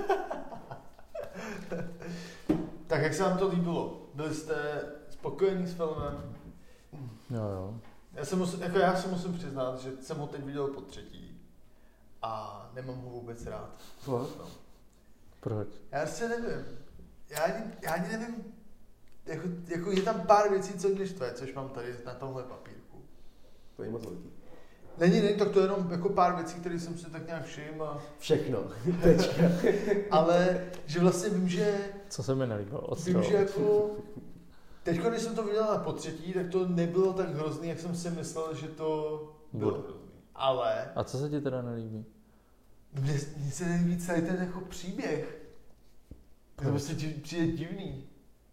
Tak jak se vám to líbilo? Byli jste spokojení s filmem? Jo. Já si musím přiznat, že jsem ho teď viděl po třetí a nemám ho vůbec rád. Co? Proč? Já si nevím. Já ani nevím, jako je tam pár věcí, co mě štve, což mám tady na tomhle papírku. To je moc velký. Není, tak to je jenom jako pár věcí, které jsem si tak nějak všiml. Všechno. Tečka. Ale že vlastně vím, že... Co se mi nelíbilo? Vím, že jako... Teď, když jsem to viděl na potřetí, tak to nebylo tak hrozný, jak jsem si myslel, že to bylo hrozný. Ale... A co se ti teda nelíbí? Mně se nelíbí celý ten jako příběh. To prostě přijde divný.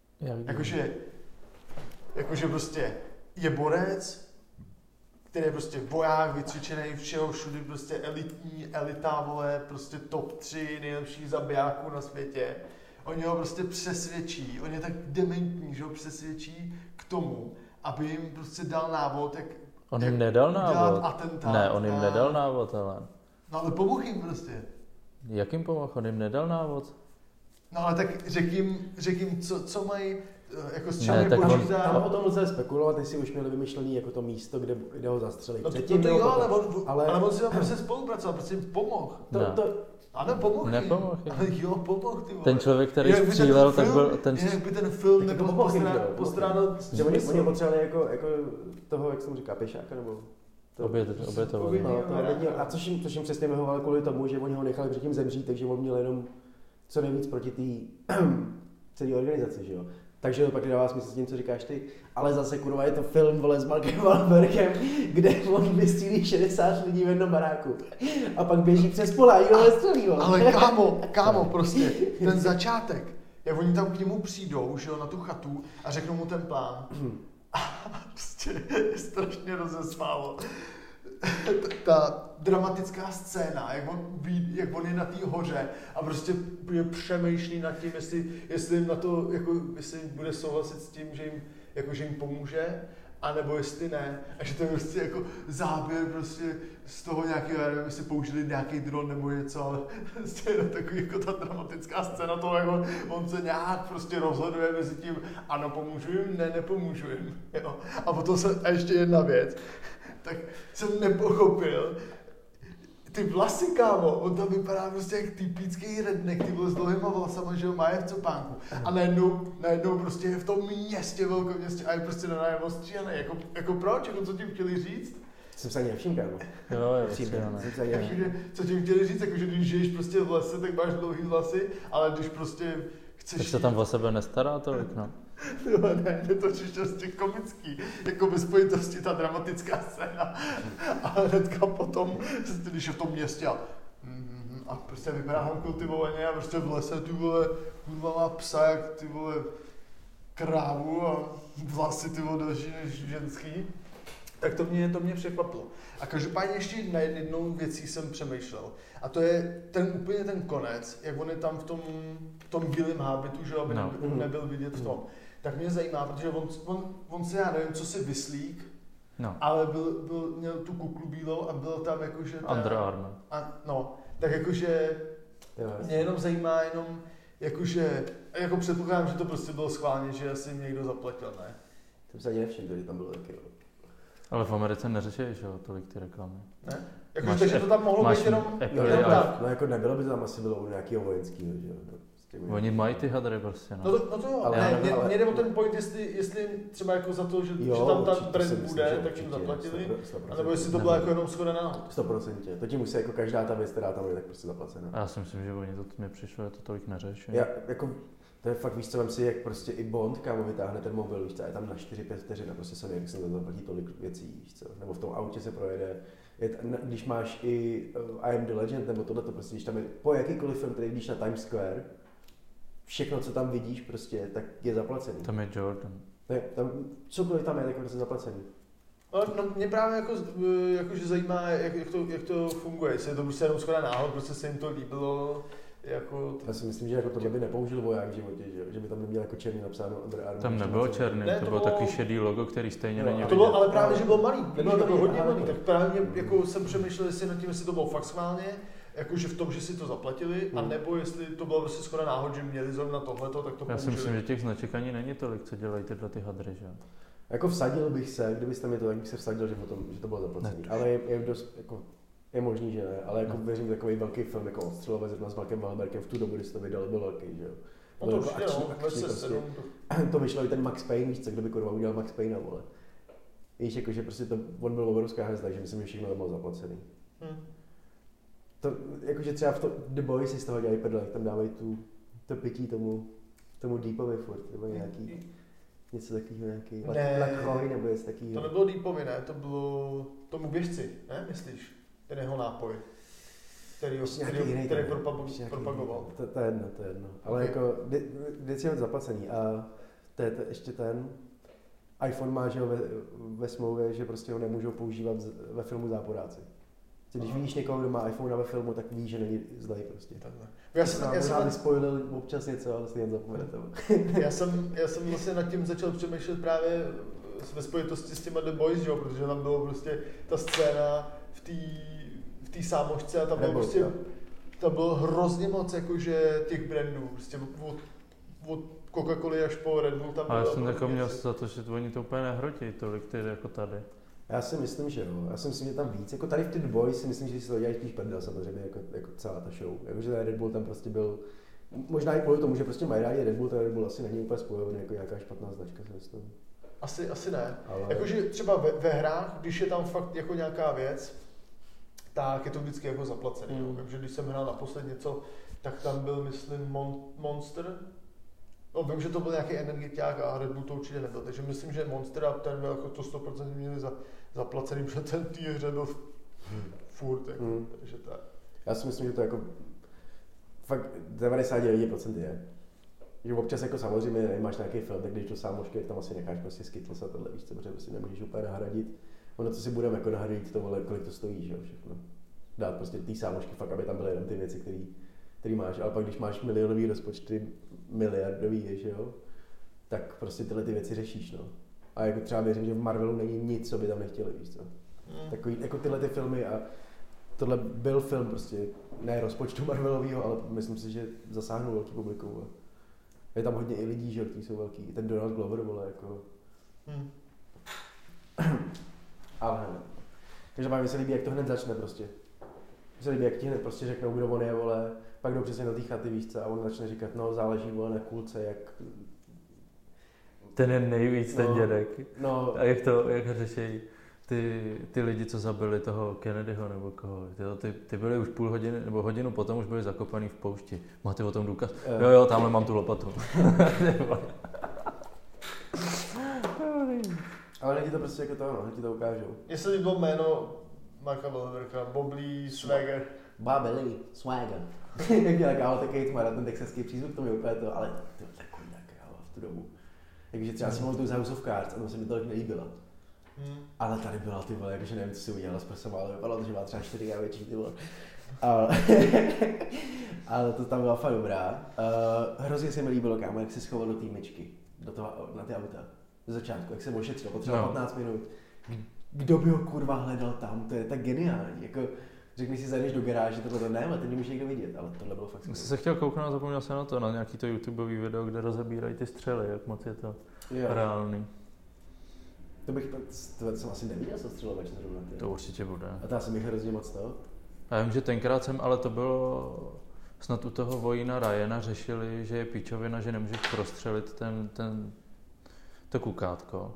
Jakože prostě je borec, který je prostě voják, vycvičený všeho všudy, prostě elita, vole, prostě top 3 nejlepších zabijáků na světě. Oni ho prostě přesvědčí, on je tak dementní, že ho přesvědčí k tomu, aby jim prostě dal návod, jak On jim nedal návod. Atentát, Ne, on jim nedal návod, ale. No ale pomohl jim prostě. Jak jim pomohl? On jim nedal návod. No ale tak řek jim co mají, jako s čím Ne, je tak počítá. Tam potom lze spekulovat, jestli už měli vymyšlený jako to místo, kde ho zastřelili. No Předtím, to jo, potom, ale on si tam prostě spolupracoval, prostě jim pomohl. Ano, pomohl jim. Nepomohl jim. Ale jo, pomohl, ty vole. Ten člověk, který střílel, tak byl ten... Jak by ten film tak nebyl postrádal že oni potřebovali jako toho, jak jsem říká, pěšáka, nebo... Obětovali. No, a což jim přesně vyhovalo kvůli tomu, že oni ho nechali předtím zemřít, takže on měl jenom co nejvíc proti té celé organizaci, že jo. Takže to pak dává smysl s tím, co říkáš ty, ale zase kurva je to film, vole, s Markem Wahlbergem, kde on vystřílí 60 lidí v jednom baráku a pak běží přes pola a jílo střelí, vole. Ale kámo, prostě ten začátek, jak oni tam k němu přijdou, že jo, na tu chatu a řeknou mu ten plán. A prostě je strašně rozesmálo. Ta dramatická scéna, jak on je na té hoře a prostě je přemýšlí nad tím, jestli jim na to, jako, jestli bude souhlasit s tím, že jim pomůže, anebo jestli ne. A že to je prostě jako záběr prostě z toho nějakého, já nevím, jestli použili nějaký dron nebo něco, ale prostě je takový jako ta dramatická scéna toho, jako on se nějak prostě rozhoduje mezi tím, ano, pomůžu jim, ne, nepomůžu jim. Jo. A potom a ještě jedna věc, tak jsem nepochopil, ty vlasy, kámo, on tam vypadá prostě jak typický redneck, ty byl s dlouhýma vlasama, že ho má je v copánku. A najednou prostě je v tom městě, velkém městě a je prostě najednou stříhaný. Jako proč? Jako co tím chtěli říct? Jsem se ani nevšiml, kámo. Jo, Co tím chtěli říct? Jako, že když žiješ prostě v lese, tak máš dlouhý vlasy, ale když prostě chceš... Tak se tam o sebe nestará tolik, no. No ne, je to prostě komický, jako ve spojitosti ta dramatická scéna. A hnedka potom, když je v tom městě a prostě vypadá tam kultivovaně a prostě v lese ty vole, kurva má psa jak ty vole krávu a vlasy ty vole další než ženský. Tak to mě překvapilo. A každopádně ještě na jednou věcí jsem přemýšlel. A to je úplně ten konec, jak on je tam v tom bílém hábitu, že aby nebyl vidět v tom. Tak mě zajímá, protože on se, já nevím, co si vyslík, ale měl tu kuklu bílou a byl tam jakože... Under Armour. No, tak jakože mě jenom zajímá jakože, jako předpokládám, že to prostě bylo schválně, že asi jim někdo zaplatil, ne? To se ani nevšiml, že tam bylo taky. Ale v Americe neřeší, že jo, tolik ty reklamy. Ne? Jakože takže to tam mohlo být jenom tak. No jako nebylo by to tam asi bylo u nějakého vojenského, že jo. Oni mají ty hadry prostě, no. No to jo, ale mě jde o ten point, jestli třeba jako za to, že tam ta brand bude, tak jim zaplatili, anebo jestli to byla jako jenom shoda náhod. 100%, to tím musí jako každá ta věc, která tam je, tak prostě zaplacená. Já si myslím, že oni to mi přišlo, že to tolik neřeší. Jako, to je fakt, víš co, vem si, jak prostě i Bond, kámo, vytáhne ten mobil, víš co, je tam na 4-5 vteřin a prostě se jak se to zaplatí tolik věcí, víš co, nebo v tom autě se projede. Když máš i I Am The Legend, nebo tohleto prostě, když tam je po jakýkoliv film, který jdeš na Times Square, všechno, co tam vidíš, prostě, tak je zaplacený. Tam je Jordan. Ne, tam cokoliv tam je, tak je prostě zaplacený. No, mě právě jakože zajímá, jak to funguje, jestli je to prostě jenom shoda náhod, prostě se jim to líbilo, jako... Já si myslím, že jako tohle by nepoužil voják v životě, že by tam neměl jako černý napsáno Under Armour. Tam nebylo černý, to bylo takový šedý logo, který stejně není vidět. To bylo, ale právě, že byl malý, nebylo to bylo hodně malý, tak právě jako jsem přemýšlel, jestli to bylo fakt schválně, jakože v tom, že si to zaplatili, anebo jestli to bylo prostě skoro náhod, že měli zrovna tohleto, tak to použili. Já si myslím, že těch značek ani není tolik, co dělají tyhle ty hadry, že? Jako vsadil bych se, kdybyste mi to, tak bych se vsadil, že to bylo zaplacený. Ale je dost, jako, je možný, že ne, ale jako věřím, takový velký film, jako Odstřelové zrovna s Markem Wahlbergem v tu dobu, kdy se to vydalo, byl velký, že jo. No to určitě, prostě. To vyšlo i ten Max Payne, víš co, kdo by kurva udělal Max Payne, vole. Víš, jako, že prostě on byl obrovská hvězda, takže myslím, že všechno to bylo zaplacený. To, jakože třeba v The Boys si z toho dělají prdel, jak tam dávají to pití tomu Deepovi furt, nebo nějaký, něco takového, nějaký Lacroix nebo něco takového. To nebylo Deepovi, ne, to bylo tomu běžci, ne, myslíš? Ten jeho nápoj, který propagoval. To je jedno, ale okay. Jako věci je zaplacený a ještě ten iPhone má, že ve smlouvě, že prostě ho nemůžou používat ve filmu záporáci. Když vidíš někoho, kdo má iPhone ve filmu, tak víš, že není zlej prostě. Já jsem vyspojil občas něco, ale si jen zapomenete. Já jsem vlastně nad tím začal přemýšlet právě ve spojitosti s těma The Boys, jo, protože tam bylo prostě ta scéna v té sámošce a tam bylo prostě, tam bylo hrozně moc jakože těch brandů, prostě od Coca-Coly až po Red Bull tam bylo. Ale já jsem jako měl za to, že oni to úplně nehrotí tolik ty jako tady. Já si myslím, že jo. Já si myslím, že tam víc. Jako tady v ty The Boys si myslím, že si to dělají spíš prdel samozřejmě, jako celá ta show. Jakože ten Red Bull tam prostě byl, možná i kvůli tomu, že prostě mají rádi Red Bull, ten Red Bull asi není úplně spojovaný jako nějaká špatná značka, si myslím. Asi ne. Ale... Jakože třeba ve hrách, když je tam fakt jako nějaká věc, tak je to vždycky jako zaplacený. Takže když jsem hrál naposled něco, tak tam byl, myslím, Monster. No, vím, že to byl nějaký energetiák a Red Bull to určitě nebyl, takže myslím, že Monster a ten byl jako to 100% měli zaplacený, protože ten v té hře byl furt, jako, takže tak. Já si myslím, že to jako fakt 99% je. Že občas jako samozřejmě nemáš nějaký film, tak když to sámošky, tam asi necháš prostě Skittles a tohle, víš co, protože prostě nemůžeš úplně nahradit. Ono co si budeme jako nahradit to, vole, kolik to stojí, že jo, všechno. Dát prostě ty sámošky fakt, aby tam byly jenom ty věci, který máš, ale pak když máš milionový rozpočty, miliardový, že jo, tak prostě tyhle ty věci řešíš, no. A jako třeba věřím, že v Marvelu není nic, co by tam nechtěli, víš co. Takový, jako tyhle ty filmy a tohle byl film prostě, ne rozpočtu Marvelovýho, ale myslím si, že zasáhnul velký publikum. Je tam hodně i lidí, že, kteří jsou velký. Ten Donald Glover, vole, jako... Ale ne. Takže mi se líbí, jak to hned začne prostě. Mně se líbí, jak ti hned prostě řeknou, kdo on je, vole, pak jdou přesně do té chaty, víš co, a on začne říkat, no záleží, vole, na kulce, jak... Ten je nejvíc, ten dědek. No. A jak řeší ty lidi, co zabili toho Kennedyho nebo koho. Ty byli už půl hodiny nebo hodinu potom už byli zakopaný v poušti. Máte o tom důkaz? Jo, tamhle mám tu lopatu. Ale lidi to prostě jako to, no, ti to ukážou. Jestli líbilo jméno Marka Wahlberga, Bobley Swagger. Bobley Swagger. Jak dělá kámo, takový tmar, ten texaský přízvuk, to mi úplně to, ale to je takový kámo v tu dobu. Takže třeba si mohl tu z House of Cards a to se mi tolik nelíbila. Ale tady byla ty vole, jakože nevím, co si udělala s prsem, ale vypadalo to, že má třeba 4 a větší ty vole. Ale to tam byla fakt dobrá. Hrozně se mi líbilo, kámo, jak se schoval do té myčky, na ty auta. Z začátku, jak se ošetřil, potřeboval 15 minut. Kdo by ho kurva hledal tam, to je tak geniální. Jako, řekni si, zajdeš do garáže, tohle ne, ale ty nemůžeš někdo vidět, ale tohle bylo fakt skvělé. Jsem se chtěl kouknout, zapomněl jsem na to, na nějaký to YouTubeový video, kde rozebírají ty střely, jak moc je to reálný. To jsem asi neviděl sestřelovač zrovna. To určitě bude. A já jsem jich hrozně moc toho. Já vím, že tenkrát ale to bylo snad u toho vojína Ryana řešili, že je píčovina, že nemůžeš prostřelit to kukátko.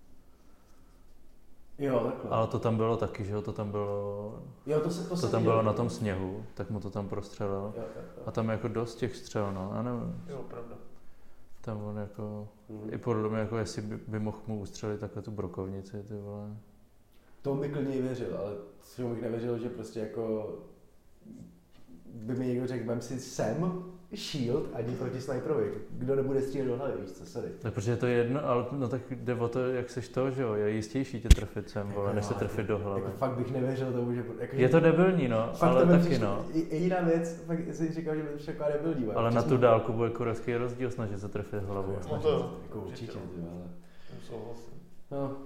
Jo, takhle. Ale to tam bylo taky, že jo, to tam bylo, jo, to tam bylo na tom sněhu, tak mu to tam prostřelil. Jo. A tam jako dost těch střel, no, já nevím. Jo, pravda. Tam on jako, i podle mě, jako jestli by mohl mu ustřelit takhle tu brokovnici, ty vole. To bych klidně věřil, ale s tím bych nevěřil, že prostě jako by mi někdo řekl, vem si sem shield ani proti sniperovi. Kdo nebude střílet do hlavy, víš co, sorry. Tak protože je to jedno, ale no tak jde o to, jak seš to, že jo, je jistější tě trefit sem, vole, než se trefit do hlavy. Jako fakt bych nevěřil tomu, že... Jako, je to debilní, no, ale taky no. Jediná věc, fakt si říkal, že by to taková debilní. Ale na tu dálku bude kurevský rozdíl snažit se trefit hlavu. No to jako určitě, ale... No.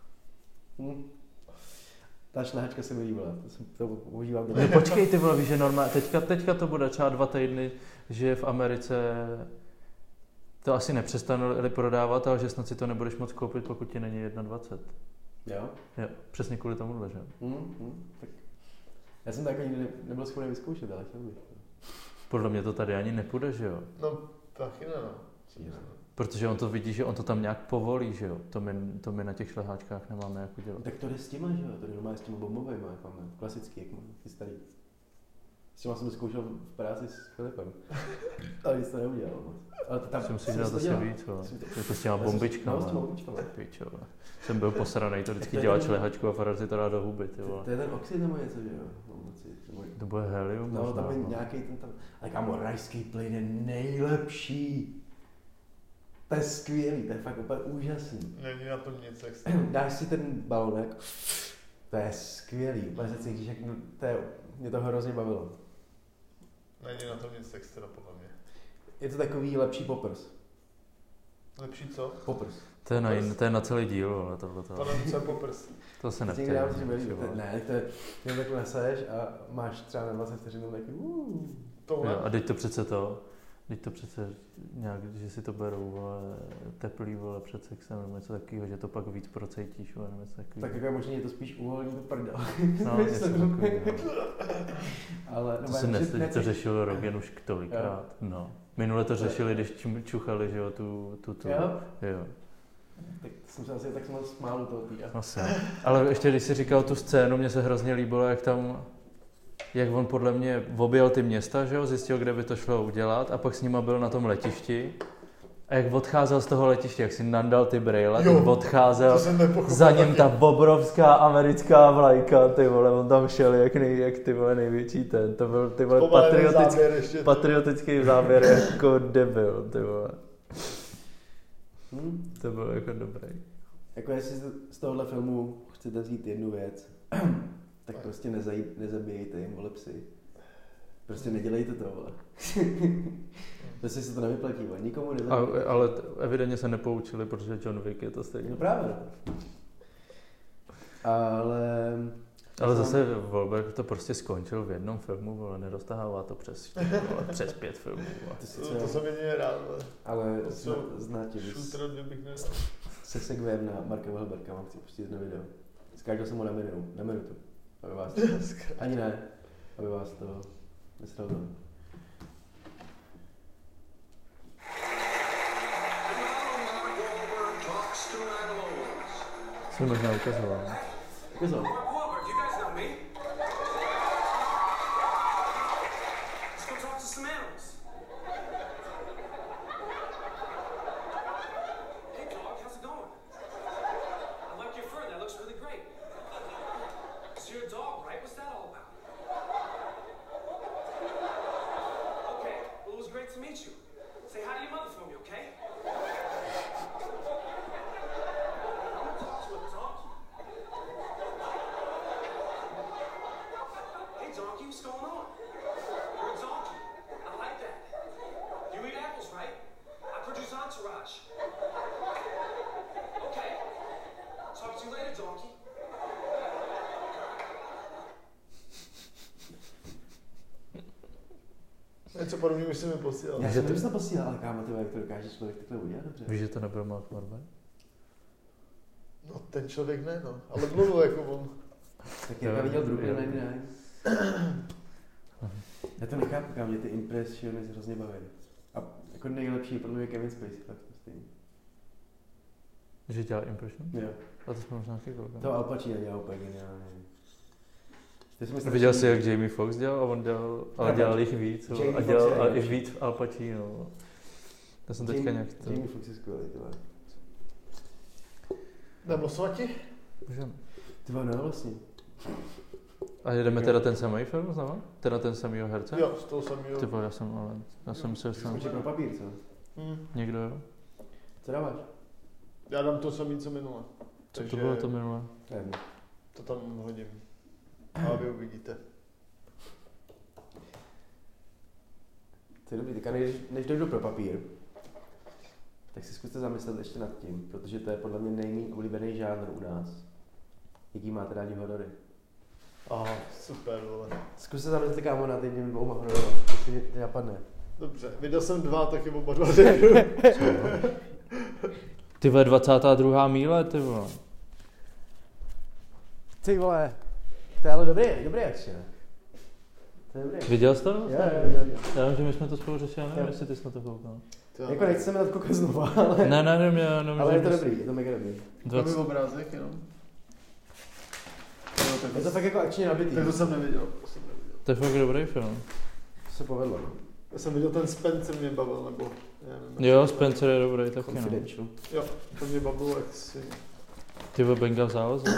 Ta šlehačka se mi líbila, to užívám. No, počkej ty vole, víš, že normálně, teďka to bude třeba 2 týdny, že v Americe to asi nepřestanou prodávat, ale že snad si to nebudeš moc koupit, pokud ti není 21. Jo? Jo, přesně kvůli tomuhle, že? Tak já jsem to jako nikdy nebyl schopný vyzkoušet, ale chtěl bych. Podle mě to tady ani nepůjde, že jo? No, taky ne, no. Protože on to vidí, že on to tam nějak povolí, že jo? To my na těch šleháčkách nemáme jak udělat. Tak to jde s těma, že jo? To jde normálně s těma bombovejma, jak máme, klasický, jak máme, ty starý. S těma jsem zkoušel v práci s Filipem, ale nic to neudělal moc. Ale tam si musíš dát zase víc, vole. Jako s těma bombičkama. No, s těma bombičkama. Pičo, jsem byl posranej, to vždycky dělat šlehačku a Farar si to dá do huby, ty vole. To je ten oxid nebo něco, že jo? To bude helium no, možná. No, tam je nějaký ten tam, ale kámo, rajský plyn je nejlepší. To je skvělý, to je fakt úplně úžasný. Není na tom nic extra. Dáš si ten balonek, to je skvělý, úplně se cítíš, jak mě to hrozně bavilo. Není na tom nic extra, podle mě. Je to takový lepší poppers. Lepší co? Poprs. To je na celý díl, ale tohleto. To nevím, co je poprs. To se Někdy neptej. dám si, že ne, to je, ty takhle neseš a máš třeba na 20 vteřin taky Jo, a teď to přece nějak, že si to berou, vole, teplý, vole, před sexem, nebo něco takového, že to pak víc procejtíš, vole, nebo něco takového. Tak jako možná je to spíš uvolní to prdel. No, něco takového. Ale To se nestydí, to řešil Rogan už tolikrát, no. Minule to řešili, když čuchali, že jo, tu. Jo. Tak jsem se asi tak smál u toho týra. Asi. Ale ještě když jsi říkal tu scénu, mně se hrozně líbilo, jak on podle mě objel ty města, že jo, zjistil, kde by to šlo udělat a pak s nima byl na tom letišti. A jak odcházel z toho letiště, jak si nandal ty brejle, tak odcházel, za ním ta obrovská americká vlajka, ty vole, on tam šel jak ty vole největší to byl ty vole patriotický záběr jako debil, ty vole. To bylo jako dobrý. Jako jestli z tohohle filmu chcete vzít jednu věc, tak prostě nezabijejte jim, vole, psy. Prostě nedělejte to, vole. Prostě se to nevyplatí, vole. Nikomu nezabijejte. Ale evidentně se nepoučili, protože John Wick je to stejně. No právě. Ale zase Wahlberg to prostě skončil v jednom filmu, vole, neroztahává to přes 5 filmů. To jsem jedině rád, ale znáte víc. Šutr, bych nedal. Se segwayem na Marka Wahlberga vám chci pustit jedno video. Skáčel jsem ho na minutu. Aby vás to, ani ne, aby vás to nesrovnalo. Jsem možná ukazoval. Něco podobného už jsem mi posílal. Já jsem to posílal, ale kámo, jak to dokáže člověk takhle udělat dobře. Víš, že to nebyl Mark Wahlberg? No ten člověk ne, no. Ale mluvil jako on. Tak já viděl Brooklyn Nine-Nine. Já to nechápu, kámo, mě ty impresiony hrozně baví. A jako nejlepší pro mě je Kevin Spacey, tak to stejný. Že dělá impression? Jo. A to jsme možná koukali. To Al Pacino dělal úplně geniálně. Viděl jsi, jak Jamie Foxx dělal a on dělal, ale dělal jich víc. A dělal i víc Al Pacino. To jsem teďka nějak to... Jamie Foxx je skvělý, tyhle. Dám losovat ti? Můžeme. Tyhle, no vlastně. A jedeme teda ten samý film znamená? Teda ten samýho herce? Jo, z toho samýho. Tybo, já jsem myslel, že jsem... Skočí pro papír, co? Někdo jo? Co dáváš? Já dám to samý, co minule. Co to bylo to minule? Nevím. To tam hodím. A vy uvidíte. To je dobrý, teďka než dojdu pro papír, tak si zkuste zamyslet ještě nad tím, protože to je podle mě nejméně oblíbený žánr u nás. Jaký máte rádi horory? Aha, super, vole. Zkuste zamyslet, kámo, nad jedním 2 hororama, to ti napadne. Dobře, viděl jsem 2, taky oba 2 nejdu. Ty vole, 22. míle, ty vole. Ty vole, to je ale dobrý akci, ne? To je dobrý. Viděl jsi to? Jo. Já vím, že my jsme to spolu řešili, já nevím, jestli ty jsi na to koukal. Jako nechci se mi na to koukat znovu, ale... Ne, ale je to dobrý, je to mega dobrý. Máme obrázek jenom. Je to fakt jako akčně nabitý. Tak to jsem neviděl. To je fakt dobrý film. To se povedlo, no. Já jsem viděl ten Spencer, mě bavil, nebo... Nevím, Jo, Spencer je dobrý taky, no. Confidential. Jo, to mě bavilo, jak si... Ty vole, Benga v záloze.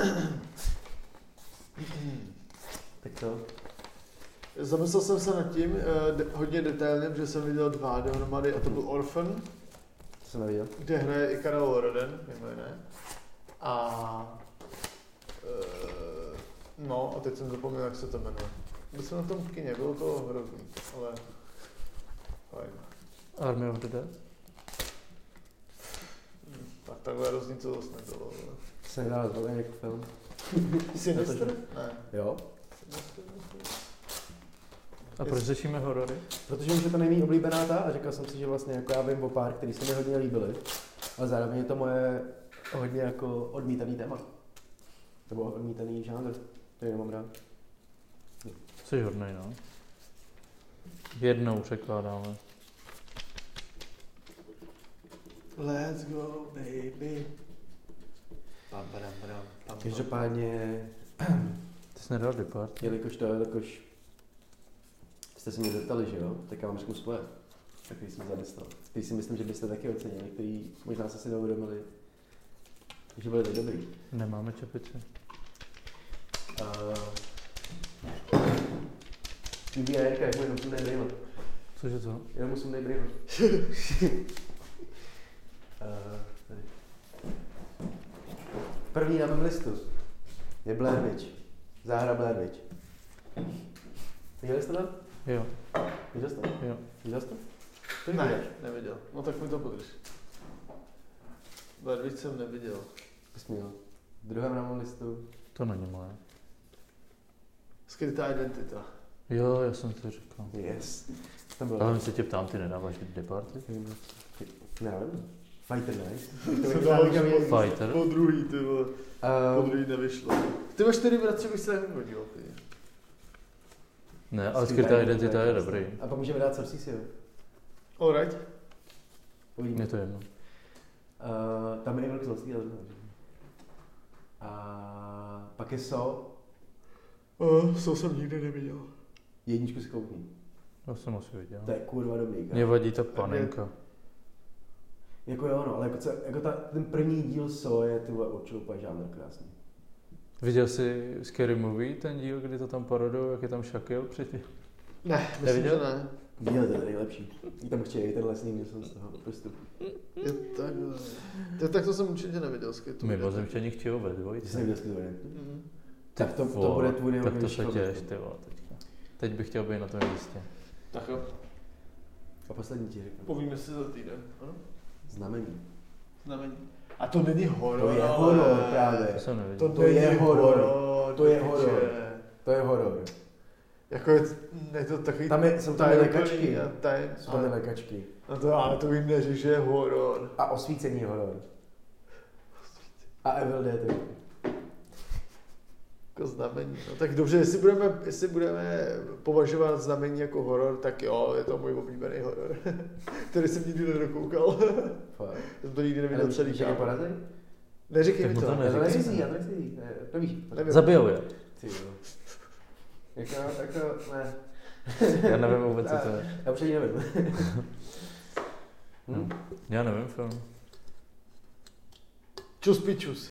Tak to. Zamyslel jsem se nad tím hodně detailně, protože jsem viděl 2 dohromady a to byl Orphan. To jsem neviděl. Kde hraje i Karel Roden, mimo jiné. A... no a teď jsem zapomněl, jak se to jmenuje. Byl jsem na tom v kině, bylo to hrozný, ale... fajn. Army of the Dead? takhle hrozný to zase nebylo. vole. Se nedá zvolit jako film. Sinister? Ne. Jo. A proč řešíme horory? Protože už je to nejméně oblíbená ta a říkal jsem si, že vlastně jako já vím o pár, který se mi hodně líbily, ale zároveň je to moje hodně jako odmítaný téma. Nebo odmítaný žánr, který nemám rád. Jsi hodnej, no. Jednou překládáme. Let's go, baby. Pam, padam, padam, pam, Každopádně, Ty jsi nedal depart? jelikož jste se mě zeptali, že jo, tak já vám řeknu svoje, takový jsem zadestal. Který si myslím, že byste taky ocenili, který možná se si neuvědomili, že byly tak dobrý. Nemáme čepici. Líbí Jirka, jak mu jenom musím nejbrývat. Cože to? Jenom musím nejbrývat. Tady. První na mém listu je Blair Witch. Záhra Blair Witch. Viděli jste to? Jo. Viděl jste to? Jo. Viděl jste to? To Ne, viděl. neviděl. No tak mi to podrž. Barvič jsem neviděl. Vysměl. Druhém na mém listu. To není moje. Skrytá identita. Jo, já jsem to říkal. Yes. Tam bylo. Ale se tě ptám, ty nedáváš departy? Nevím. Fighter Night. To dalo už Fighter. po druhý, ty vole. Po druhý nevyšlo. Ty máš 4 bratři, bych se nevyhodil, ty. Ne, ale skrytá identita je dobrý. A pak můžeme dát Sorcerer. Alright. Uvidíme. Je to jedno. Tam je i velký zlostý, ale a pak je So. To jsem nikdy neviděl. Jedničku si koukni. Já jsem asi viděl. To je kurva dobrý. Mě vadí ta panenka. Jako jo, no, ale ten první díl So je ty vole určitě úplně žánr krásný. Viděl jsi Scary Movie, ten díl, kdy to tam parodou, jak je tam Shaquille předtím? Ne, myslím, Neviděl? že ne. Viděl, to je nejlepší. I tam chtějí ten lesní měsíc z toho postupu. Je takhle. Tak to jsem určitě neviděl. Mimozemšťani chtějí ve Ty dvojce. jsi neviděl Skidově? Mhm. Tak to bude tvůj Tak to nejlepší se film. těš, ty vole, teďka. Teď bych chtěl být na tom místě. Tak jo, A poslední ti řeknu. povíme si za týden. Ano? Znamení. Znamení. A to není horor. To je ale- horor právě. To jsem neviděl. To je není horor. To je piče. horor. To je horor. Jako je to takový... Tam jsou tam lékačky. a Jsou tam lékačky. Ale to jim neříš, že je horor. A osvícení horor. A Evil Dead. Jako znamení. No, tak dobře, jestli budeme považovat znamení jako horor, tak jo, je to můj oblíbený horor, který jsem nikdy nedokoukal. Fakt. Jsem to nikdy neviděl celý. Víš, jak je porazej? Neříkej Tak mi mu to. to Já to neříkej. neříkej, já to neříkej. To víš. Nevím. Zabijou je. Ty jo. Jako, ne. Já nevím vůbec, co to je. Já už ani nevím. Já nevím film. Čus pičus.